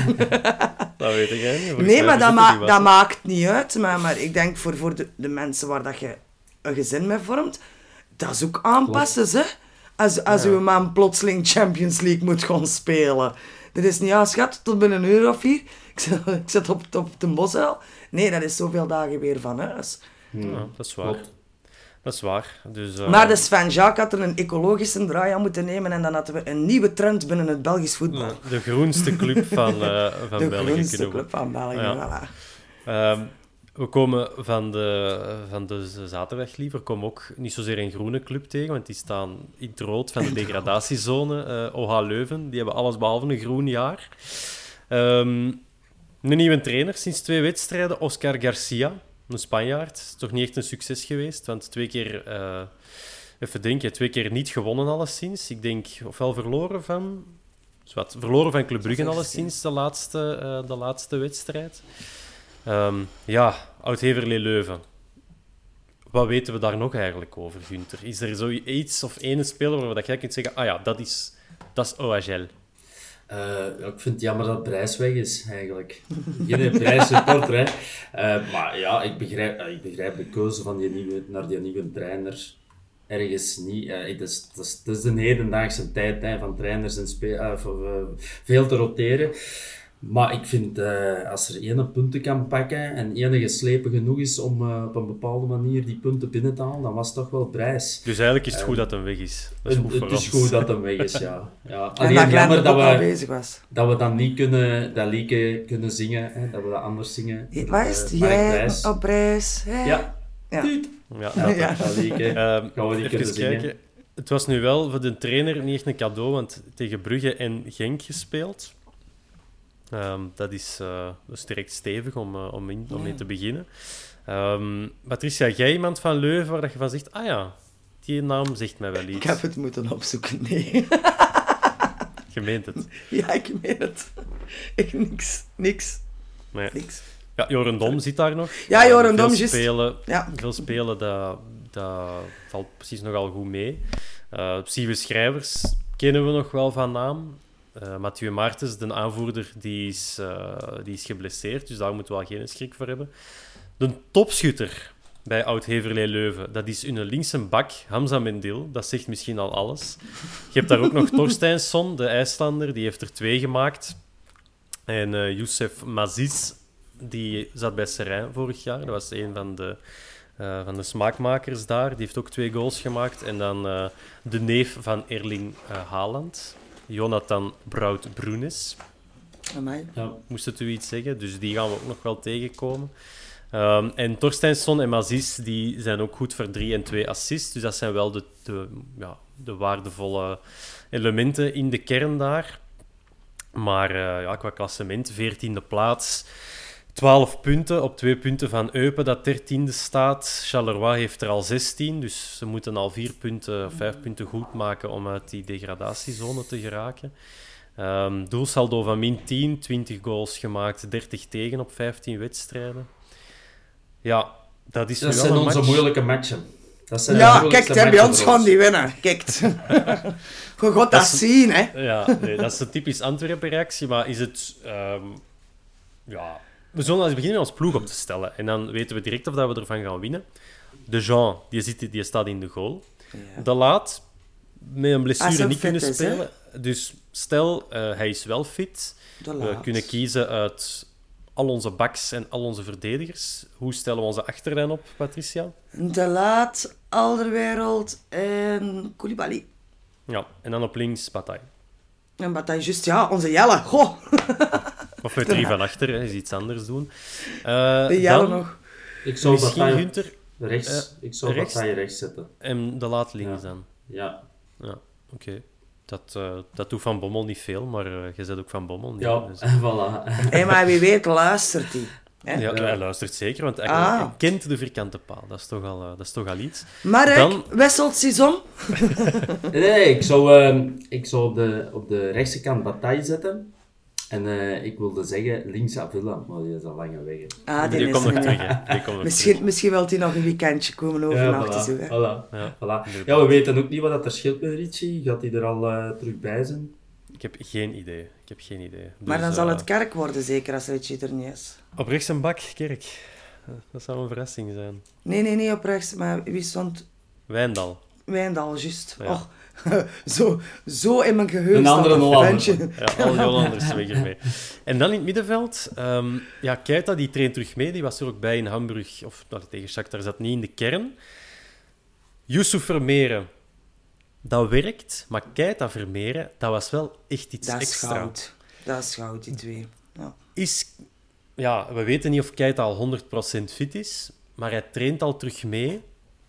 Dat weet ik niet. Nee, maar dat, ma- dat maakt niet uit. Maar, maar ik denk voor, voor de, de mensen waar dat je een gezin mee vormt, dat is ook aanpassen, hè. Als, als ja. uw man plotseling Champions League moet gaan spelen. Dat is niet, ja schat, tot binnen een uur of vier. Ik zit, ik zit op, op de bosuil. Nee, dat is zoveel dagen weer van huis. Ja, dat is waar. Dat is waar. Dus, uh... Maar de Sven Jacques had er een ecologische draai aan moeten nemen en dan hadden we een nieuwe trend binnen het Belgisch voetbal. Ja, de groenste club van, uh, van de België. De groenste club van België, ja. Voilà. Um, we komen van de, van de zaterdag liever, komen ook niet zozeer een groene club tegen, want die staan in het rood van de degradatiezone. Uh, O H Leuven, die hebben alles behalve een groen jaar. Um, een nieuwe trainer sinds twee wedstrijden, Oscar Garcia, een Spanjaard. Toch niet echt een succes geweest, want twee keer, uh, even denken, twee keer niet gewonnen alleszins. Ik denk, ofwel verloren van... Wat, verloren van Club Brugge alleszins, de laatste, uh, de laatste wedstrijd. Um, ja, Oud-Heverlee Leuven. Wat weten we daar nog eigenlijk over, Gunther? Is er zoiets of ene speler waarvan jij kunt zeggen, ah ja, dat is, dat is O H L? Uh, ik vind het jammer dat Brijs weg is, eigenlijk. Geen Brijs-supporter, hè. Uh, maar ja, ik begrijp, uh, ik begrijp de keuze van die nieuwe, naar die nieuwe trainer ergens niet. Uh, het, is, het, is, het is de hedendaagse tijd, hè, van trainers en spe- uh, voor, uh, veel te roteren. Maar ik vind, uh, als er ene punten kan pakken en ene geslepen genoeg is om uh, op een bepaalde manier die punten binnen te halen, dan was het toch wel Prijs. Dus eigenlijk is het uh, goed dat hem weg is. Dat is goed het is goed dat hem weg is, ja. ja. Alleen en dat jammer dat we, bezig was. dat we dan niet kunnen, dat liedje kunnen zingen, hè, dat we dat anders zingen. Wat is het? Uh, Jij op Prijs? Hey. Ja. Ja. Ja, dat, ja. dat liedje um, gaan we niet kunnen zingen. Kijken. Het was nu wel voor de trainer niet echt een cadeau, want tegen Brugge en Genk gespeeld. Um, dat, is, uh, dat is direct stevig om, uh, om, in, om mee te beginnen. Um, Patricia, jij iemand van Leuven waar dat je van zegt, ah ja, die naam zegt mij wel iets. Ik heb het moeten opzoeken, nee. Je meent het? Ja, ik meen het. Echt niks. Niks. Nee. Niks. Ja, Jorendom zit daar nog. Ja, Jorendom, veel juist. Spelen, ja. Veel spelen, dat, dat valt precies nogal goed mee. Uh, Sieve Schrijvers kennen we nog wel van naam. Uh, Mathieu Maartens, de aanvoerder, die is, uh, die is geblesseerd, dus daar moeten we wel geen schrik voor hebben. De topschutter bij Oud-Heverlee Leuven, dat is hun linkse bak, Hamza Mendil. Dat zegt misschien al alles. Je hebt daar ook nog Torsteinsson, de IJslander, die heeft er twee gemaakt. En uh, Youssef Maziz, die zat bij Seraing vorig jaar. Dat was een van de, uh, van de smaakmakers daar. Die heeft ook twee goals gemaakt. En dan uh, de neef van Erling uh, Haaland, Jonathan Brout-Brunes. Ja. Moest het u iets zeggen? Dus die gaan we ook nog wel tegenkomen. Um, en Torsteinsson en Maziz die zijn ook goed voor drie en twee assists. Dus dat zijn wel de, de, ja, de waardevolle elementen in de kern daar. Maar uh, ja, qua klassement, veertiende plaats. twaalf punten op twee punten van Eupen, dat dertiende staat. Charleroi heeft er al zestien, dus ze moeten al vier punten, vijf punten goed maken om uit die degradatiezone te geraken. Um, doelsaldo van min tien, twintig goals gemaakt, dertig tegen op vijftien wedstrijden. Ja, dat is dat nu wel zijn een onze match. moeilijke matchen. Dat zijn ja, kijk, bij ons gaan die winnen. Kijk. Je gaat dat, dat zien, hè. Ja, nee, dat is een typisch Antwerpen-reactie, maar is het... Um, ja... We zullen eens beginnen met ons ploeg op te stellen. En dan weten we direct of dat we ervan gaan winnen. De Jean, die, zit, die staat in de goal. Ja. De Laat, met een blessure niet kunnen is, spelen. Hè? Dus stel, uh, hij is wel fit. We kunnen kiezen uit al onze backs en al onze verdedigers. Hoe stellen we onze achterlijn op, Patricia? De Laat, Alderweireld en Koulibaly. Ja, en dan op links Bataille. En Bataille, juist, ja, onze Jelle. Goh. Of met drie van achter, hè, is iets anders doen. Uh, de Jelle nog. Ik zou Bataille Gunther, rechts, uh, ik zou rechts, Bataille rechts zetten. En de Laat links ja. dan. Ja. Ja, oké. Okay. Dat, uh, dat doet Van Bommel niet veel, maar uh, je zet ook Van Bommel niet. Ja, Dus. voilà. Hey, maar wie weet luistert hij. Ja, ja, hij luistert zeker, want hij, ah. hij kent de vierkante paal. Dat is toch al, uh, dat is toch al iets. Mark, Dan... wisselt Sison? Nee, ik zou, uh, ik zou op, de, op de rechtse kant Bataille zetten. En uh, ik wilde zeggen links Avila, maar die is al lang weg. Ah, die, die is komt nog er terug, hè. Die komt nog misschien, terug. misschien wil hij nog een weekendje komen overnachten. Ja, zo, voilà, hè. voilà, Ja, voilà. Ja, we weten ook niet wat dat er scheelt met Richie. Gaat hij er al uh, terug bij zijn? Ik heb geen idee. Ik heb geen idee. Dus, maar dan zal uh, het Kerk worden, zeker, als Richie er niet is. Op rechts een bak, Kerk. Dat zou een verrassing zijn. Nee, nee, niet op rechts, maar wie stond... Wijndal. Wijndal, juist. Ja. Oh, zo, zo in mijn geheugen. Een andere Hollander. Ja, al die Hollanders weg ermee. En dan in het middenveld, um, ja, Keita die traint terug mee, die was er ook bij in Hamburg, of nou, tegen Shakhtar zat niet in de kern. Yusuf Vermeeren, dat werkt, maar Keita Vermeeren, dat was wel echt iets dat is extra. Goud. Dat is goud, die twee. Ja. Is, ja, we weten niet of Keita al honderd procent fit is, maar hij traint al terug mee.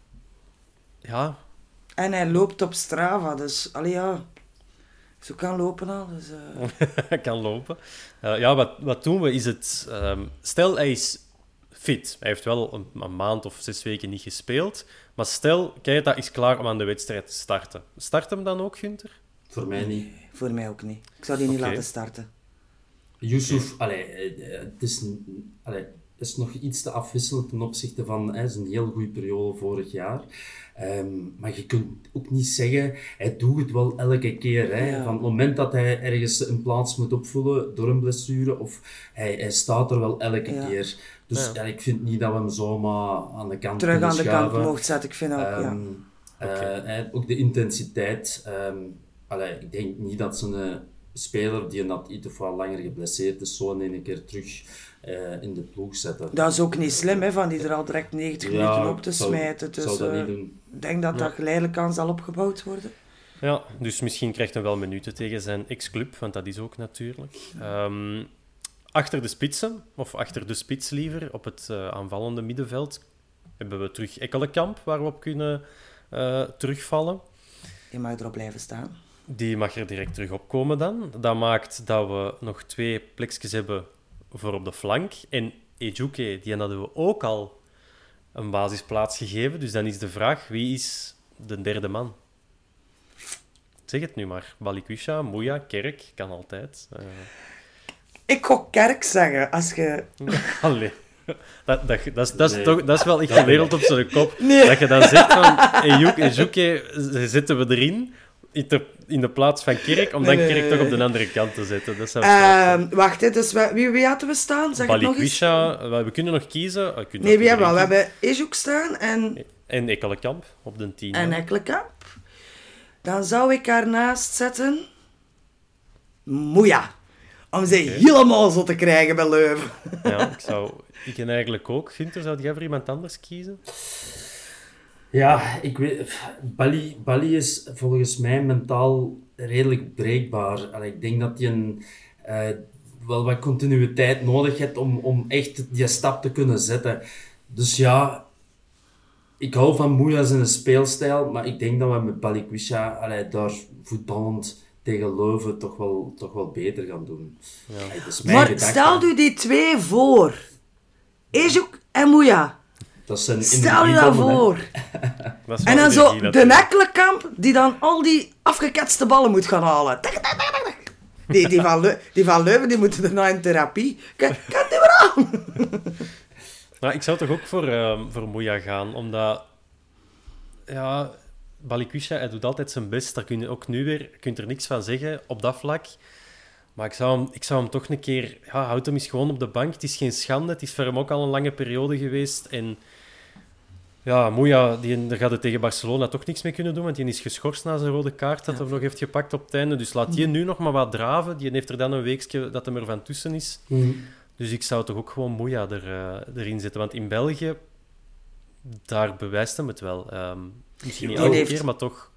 Ja... En hij loopt op Strava, dus allee, ja, zo kan lopen al. Dus, uh... Hij kan lopen. Uh, ja, wat, wat doen we is het... Um, stel, hij is fit. Hij heeft wel een, een maand of zes weken niet gespeeld. Maar stel, Keita is klaar om aan de wedstrijd te starten. Start hem dan ook, Gunther? Voor mij niet. Nee, voor mij ook niet. Ik zou die niet okay. laten starten. Yusuf, okay. allee, het is, allee, is nog iets te afwisselend ten opzichte van hè, zijn heel goede periode vorig jaar. Um, maar je kunt ook niet zeggen, hij doet het wel elke keer. Hè. Ja. Van het moment dat hij ergens een plaats moet opvullen door een blessure, of hij, hij staat er wel elke ja. keer. Dus ja. Ja, ik vind niet dat we hem zomaar aan de kant terug aan de schuiven. kant mocht zetten, ik vind ook, um, ja. Uh, okay. Ook de intensiteit. Um, allee, ik denk niet dat ze een speler die dat iets of wat langer geblesseerd is, zo in een keer terug uh, in de ploeg zetten. Dat is ook niet slim, hè, van die er al direct negentig ja, minuten op te zou, smijten. Dus, zou dat uh, niet doen. Ik denk dat ja. dat geleidelijk aan zal opgebouwd worden. Ja, dus misschien krijgt hij wel minuten tegen zijn ex-club, want dat is ook natuurlijk. Um, achter de spitsen, of achter de spits liever, op het uh, aanvallende middenveld, hebben we terug Ekkelenkamp, waar we op kunnen uh, terugvallen. Die mag erop blijven staan. Die mag er direct terug opkomen dan. Dat maakt dat we nog twee plekjes hebben voor op de flank. En Ejuke, die hadden we ook al een basisplaats gegeven. Dus dan is de vraag, wie is de derde man? Zeg het nu maar. Balikwisha, Mouya, Kerk, kan altijd. Uh... Ik ga Kerk zeggen, als je... Allee. Dat, dat, dat, is, dat, is nee. toch, dat is wel echt de wereld op zijn kop. Nee. Dat je dan zegt van, Ejuke zetten we erin... in de plaats van Kerk, om dan nee, nee, Kerk toch op de andere kant te zetten. Dat zou uh, wacht, hè, dus we, wie, wie hadden we staan? Zeg Balikwisha, we kunnen nog kiezen. Uh, nee, wie hebben we? We hebben Ejuk staan en... En Ekkelenkamp op de tien. En Ekkelenkamp. Dan zou ik daarnaast zetten... Mouya. Om ze okay. helemaal zo te krijgen bij Leuven. Ja, ik zou... Ik en eigenlijk ook. Gunther, zou jij voor iemand anders kiezen? Ja, ik weet... Bali, Bali is volgens mij mentaal redelijk breekbaar. Allee, ik denk dat hij een, uh, wel wat continuïteit nodig heeft om, om echt die stap te kunnen zetten. Dus ja, ik hou van Mouya zijn speelstijl, maar ik denk dat we met Balikwisha allee, daar voetballend tegen Leuven toch wel, toch wel beter gaan doen. Ja. Allee, dat is mijn maar gedachte. Stel u die twee voor. Ejuk en Mouya. Dat zijn Stel je dat voor. Dat en dan zo de Ekkelenkamp die dan al die afgeketste ballen moet gaan halen. Die, die, van, Leu- die van Leuven die moeten daarna in therapie. Kijk, kijk die maar aan. Nou, ik zou toch ook voor, uh, voor Mouya gaan, omdat... Ja, Balikwisha, hij doet altijd zijn best. Daar kun je ook nu weer je kunt er niks van zeggen op dat vlak. Maar ik zou hem, ik zou hem toch een keer... Ja, houd hem eens gewoon op de bank. Het is geen schande. Het is voor hem ook al een lange periode geweest. En ja, Mouya, die, daar gaat het tegen Barcelona toch niks mee kunnen doen, want die is geschorst na zijn rode kaart dat hij ja. nog heeft gepakt op het einde. Dus laat die nu nog maar wat draven. Die heeft er dan een weekje dat hem er van tussen is. Mm. Dus ik zou toch ook gewoon Mouya er, uh, erin zetten. Want in België, daar bewijst hem het wel. Um, misschien niet elke heeft... keer, maar toch...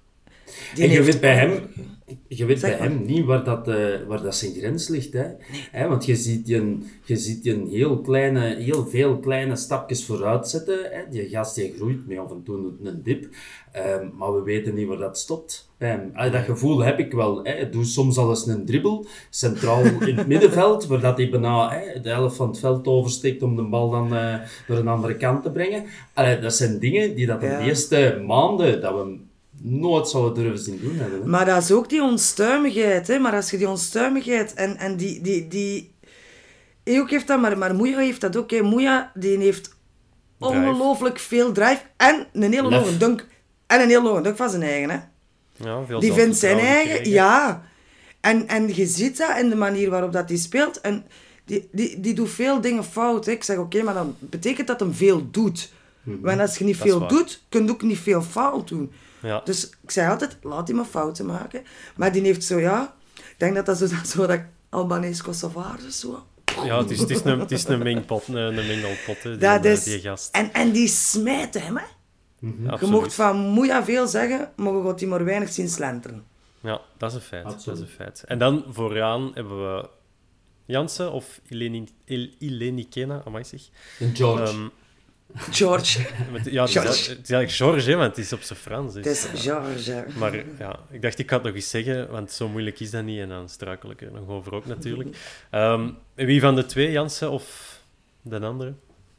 Die en je heeft weet bij hem, ongeluk, je weet Zeg bij maar. hem niet waar, dat, uh, waar dat zijn grens ligt. Hè? Hè, want je ziet die een, je ziet die een heel, kleine, heel veel kleine stapjes vooruit zetten. Hè? Die gast die groeit mee af en toe een, een dip. Um, maar we weten niet waar dat stopt. Um, dat gevoel heb ik wel. Hè? Doe soms al eens een dribbel, centraal in het middenveld, waar dat hij bijna hè, de helft van het veld oversteekt om de bal dan uh, naar een andere kant te brengen. Allee, dat zijn dingen die dat Ja. de eerste maanden dat we nooit zouden durven zien doen hebben. Hè? Maar dat is ook die onstuimigheid, hè. Maar als je die onstuimigheid en, en die... die, die... Eok heeft dat, maar, maar Moeja heeft dat ook, hè. Moeja, die heeft ongelooflijk veel drive en een hele Lef. hoge dunk. En een hele hoge dunk van zijn eigen, hè. Ja, veel Die vindt zijn zelfvertrouwen eigen... gekregen. Ja. En, en je ziet dat in de manier waarop dat hij speelt. En die, die, die doet veel dingen fout, hè. Ik zeg, oké, maar dan betekent dat hem veel doet. Mhm. Want als je niet Dat is veel waar. doet, kun je ook niet veel fout doen. Ja. Dus ik zei altijd, laat die maar fouten maken. Maar die heeft zo, ja... Ik denk dat dat zo, dat, zo dat Albanese-Kosovaars is, zo. Ja, het is, het is, een, het is een mengpot, een, een mengelpot, hè, die, Dat die, is... die gast. En, en die smijt hem, hè. Je Absoluut. mocht van Moeja veel zeggen, maar je gaat die maar weinig zien slenteren. Ja, dat is een feit. Dat Absoluut. is een feit. En dan vooraan hebben we Jansen of Ileni, Il, Ilenikena, amai zeg. En George. Ehm, George. met, ja, het is, George. het is eigenlijk George, hè, want het is op zijn Frans. Dus, Het is George, hè. Maar ja, ik dacht, ik ga het nog eens zeggen, want zo moeilijk is dat niet. En dan struikel ik er nog over ook natuurlijk. Ehm, wie van de twee, Jansen of de andere?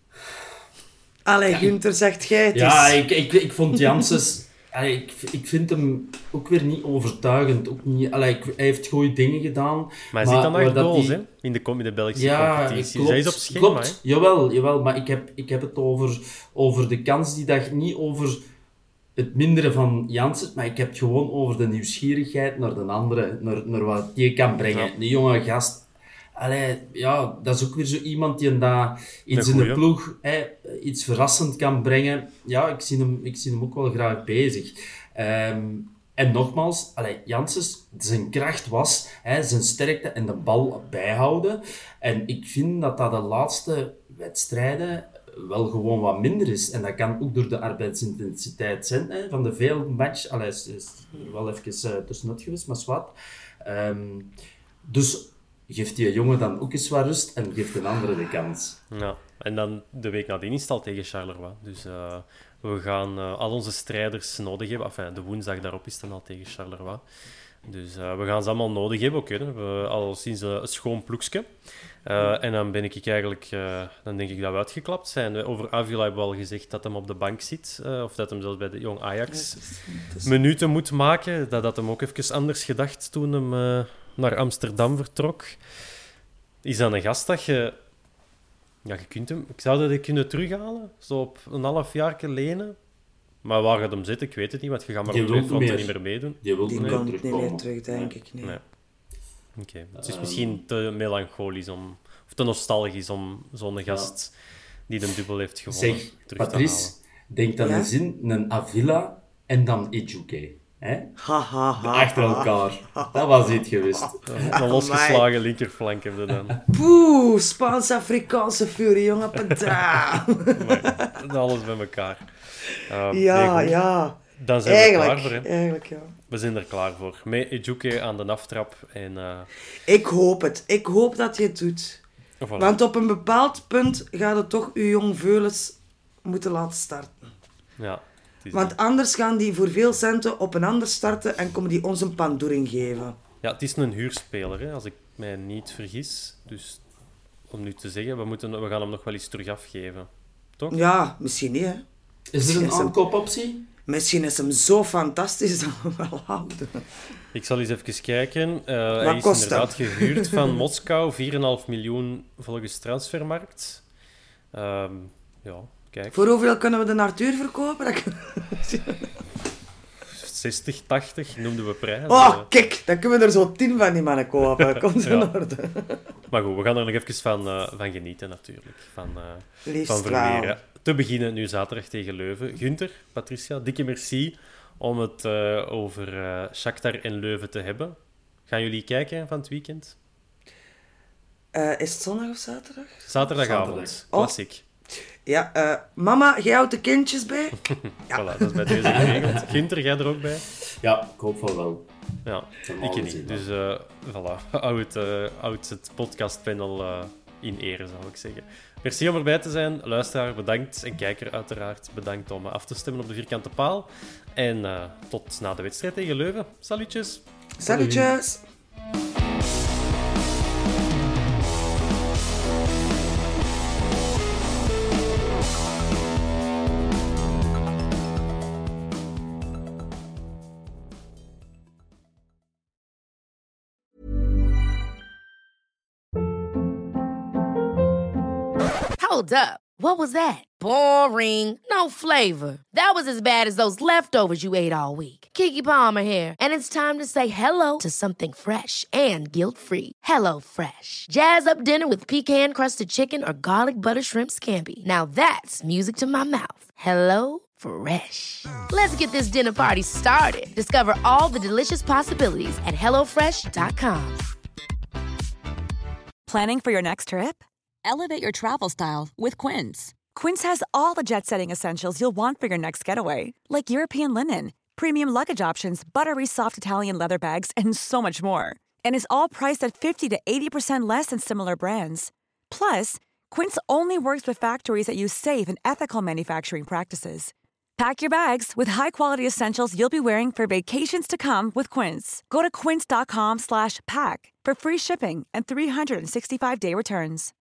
Allee, Gunther, zegt jij het Ja, is. ik, ik, ik vond Janssens... Allee, ik, ik vind hem ook weer niet overtuigend. Ook niet, allee, ik, hij heeft goede dingen gedaan. Maar hij zit dan waar acht dat goals, die- hè, in de, com- in de Belgische Ja, competitie. klopt. Dus hij is op schema, klopt. hè. Jawel, jawel, maar ik heb, ik heb het over, over de kans die dat niet over het mindere van Jansen, maar ik heb het gewoon over de nieuwsgierigheid naar de andere, naar, naar wat die kan brengen. Ja. Die jonge gast. Allee, ja, dat is ook weer zo iemand die daar iets Een in de goeie. ploeg hè, iets verrassend kan brengen. Ja, ik zie hem, ik zie hem ook wel graag bezig. Ehm, en nogmaals, allee, Janssens, zijn kracht was hè, zijn sterkte en de bal bijhouden. En ik vind dat dat de laatste wedstrijden wel gewoon wat minder is. En dat kan ook door de arbeidsintensiteit zijn hè, van de veel match. Allee, is, is er wel even uh, tussenuit geweest, maar zwart. Ehm, dus geeft die jongen dan ook eens wat rust en geeft een andere de kans. Ja, en dan de week nadien is het al tegen Charleroi. Dus uh, we gaan uh, al onze strijders nodig hebben. Enfin, de woensdag daarop is het dan al tegen Charleroi. Dus uh, we gaan ze allemaal nodig hebben. Oké, we hebben al sinds uh, een schoon ploegske. Uh, en dan ben ik eigenlijk, uh, dan denk ik dat we uitgeklapt zijn. Over Avila hebben we al gezegd dat hem op de bank zit. Uh, of dat hem zelfs bij de jong Ajax Ja, het is- het is- minuten moet maken. Dat had hem ook even anders gedacht toen hem uh, naar Amsterdam vertrok. Is dat een gast dat je... Ja, je kunt hem... Ik zou dat kunnen terughalen. Zo op een half jaar lenen. Maar waar gaat hem zitten, ik weet het niet. Want je gaat maar Die op wil twee fronten meer. niet meer meedoen. Die wil Die niet komt meer niet meer terugkomen. terug, denk ik. Nee. Nee. Oké. Het is misschien te melancholisch om... Of te nostalgisch om zo'n gast die de dubbel heeft gewonnen Zeg, terug Patrice, te halen. denk dan Ja? eens in een Avila en dan Ejuke. Hè? Ha, ha, ha, Achter ha. elkaar. Dat was iets geweest. Een losgeslagen linkerflank heb je dan. Poeh, Spaans-Afrikaanse furie, jongen, pata. Maar alles bij elkaar. Uh, Ja, nee, goed. ja. Dan zijn we er klaar Eigenlijk, voor. Hè? eigenlijk, ja. We zijn er klaar voor. Met Ejuke aan de aftrap. En, uh, Ik hoop het. Ik hoop dat je het doet. voilà. Want op een bepaald punt gaat het toch uw jong Veulens moeten laten starten. Ja, het is Want anders gaan die voor veel centen op een ander starten en komen die ons een pandoering geven. Ja, het is een huurspeler, hè, als ik mij niet vergis. Dus om nu te zeggen, we, moeten, we gaan hem nog wel eens terug afgeven. Toch? Ja, misschien niet, hè. Is er een Is hem- aankoopoptie? Misschien is hem zo fantastisch dat we hem wel houden. Ik zal eens even kijken. Uh, hij is kost inderdaad dat? gehuurd van Moskou. vier komma vijf miljoen volgens Transfermarkt. Ehm, ja, kijk. Voor hoeveel kunnen we de Arthur verkopen? Dat- zestig, tachtig noemden we prijs. Oh, kijk, dan kunnen we er zo tien van die mannen kopen. Komt in Ja. orde. Maar goed, we gaan er nog even van, uh, van genieten natuurlijk. Van, uh, Liefst van wel. Vermeeren. Te beginnen nu zaterdag tegen Leuven. Gunther, Patricia, dikke merci om het uh, over uh, Shakhtar en Leuven te hebben. Gaan jullie kijken van het weekend? Uh, is het zondag of zaterdag? Zaterdagavond. Zaterdag. Klassiek. Ja, uh, mama, jij houdt de kindjes bij? Ja. Voilà, dat is bij deze geregeld. Ginter, jij er ook bij? Ja, ik hoop van wel. Ja, ik niet. Dus uh, voilà, houd, uh, houd het podcastpanel uh, in ere, zou ik zeggen. Merci om erbij te zijn. Luisteraar, bedankt. En kijker uiteraard bedankt om af te stemmen op de vierkante paal. En uh, tot na de wedstrijd tegen Leuven. Salutjes. Salutjes. Hold up. What was that? Boring. No flavor. That was as bad as those leftovers you ate all week. Keke Palmer here, and it's time to say hello to something fresh and guilt-free. Hello Fresh. Jazz up dinner with pecan-crusted chicken or garlic butter shrimp scampi. Now that's music to my mouth. Hello Fresh. Let's get this dinner party started. Discover all the delicious possibilities at hello fresh dot com. Planning for your next trip? Elevate your travel style with Quince. Quince has all the jet-setting essentials you'll want for your next getaway, like European linen, premium luggage options, buttery soft Italian leather bags, and so much more. And is all priced at fifty to eighty percent less than similar brands. Plus, Quince only works with factories that use safe and ethical manufacturing practices. Pack your bags with high-quality essentials you'll be wearing for vacations to come with Quince. Go to quince dot com slash pack for free shipping and three sixty-five day returns.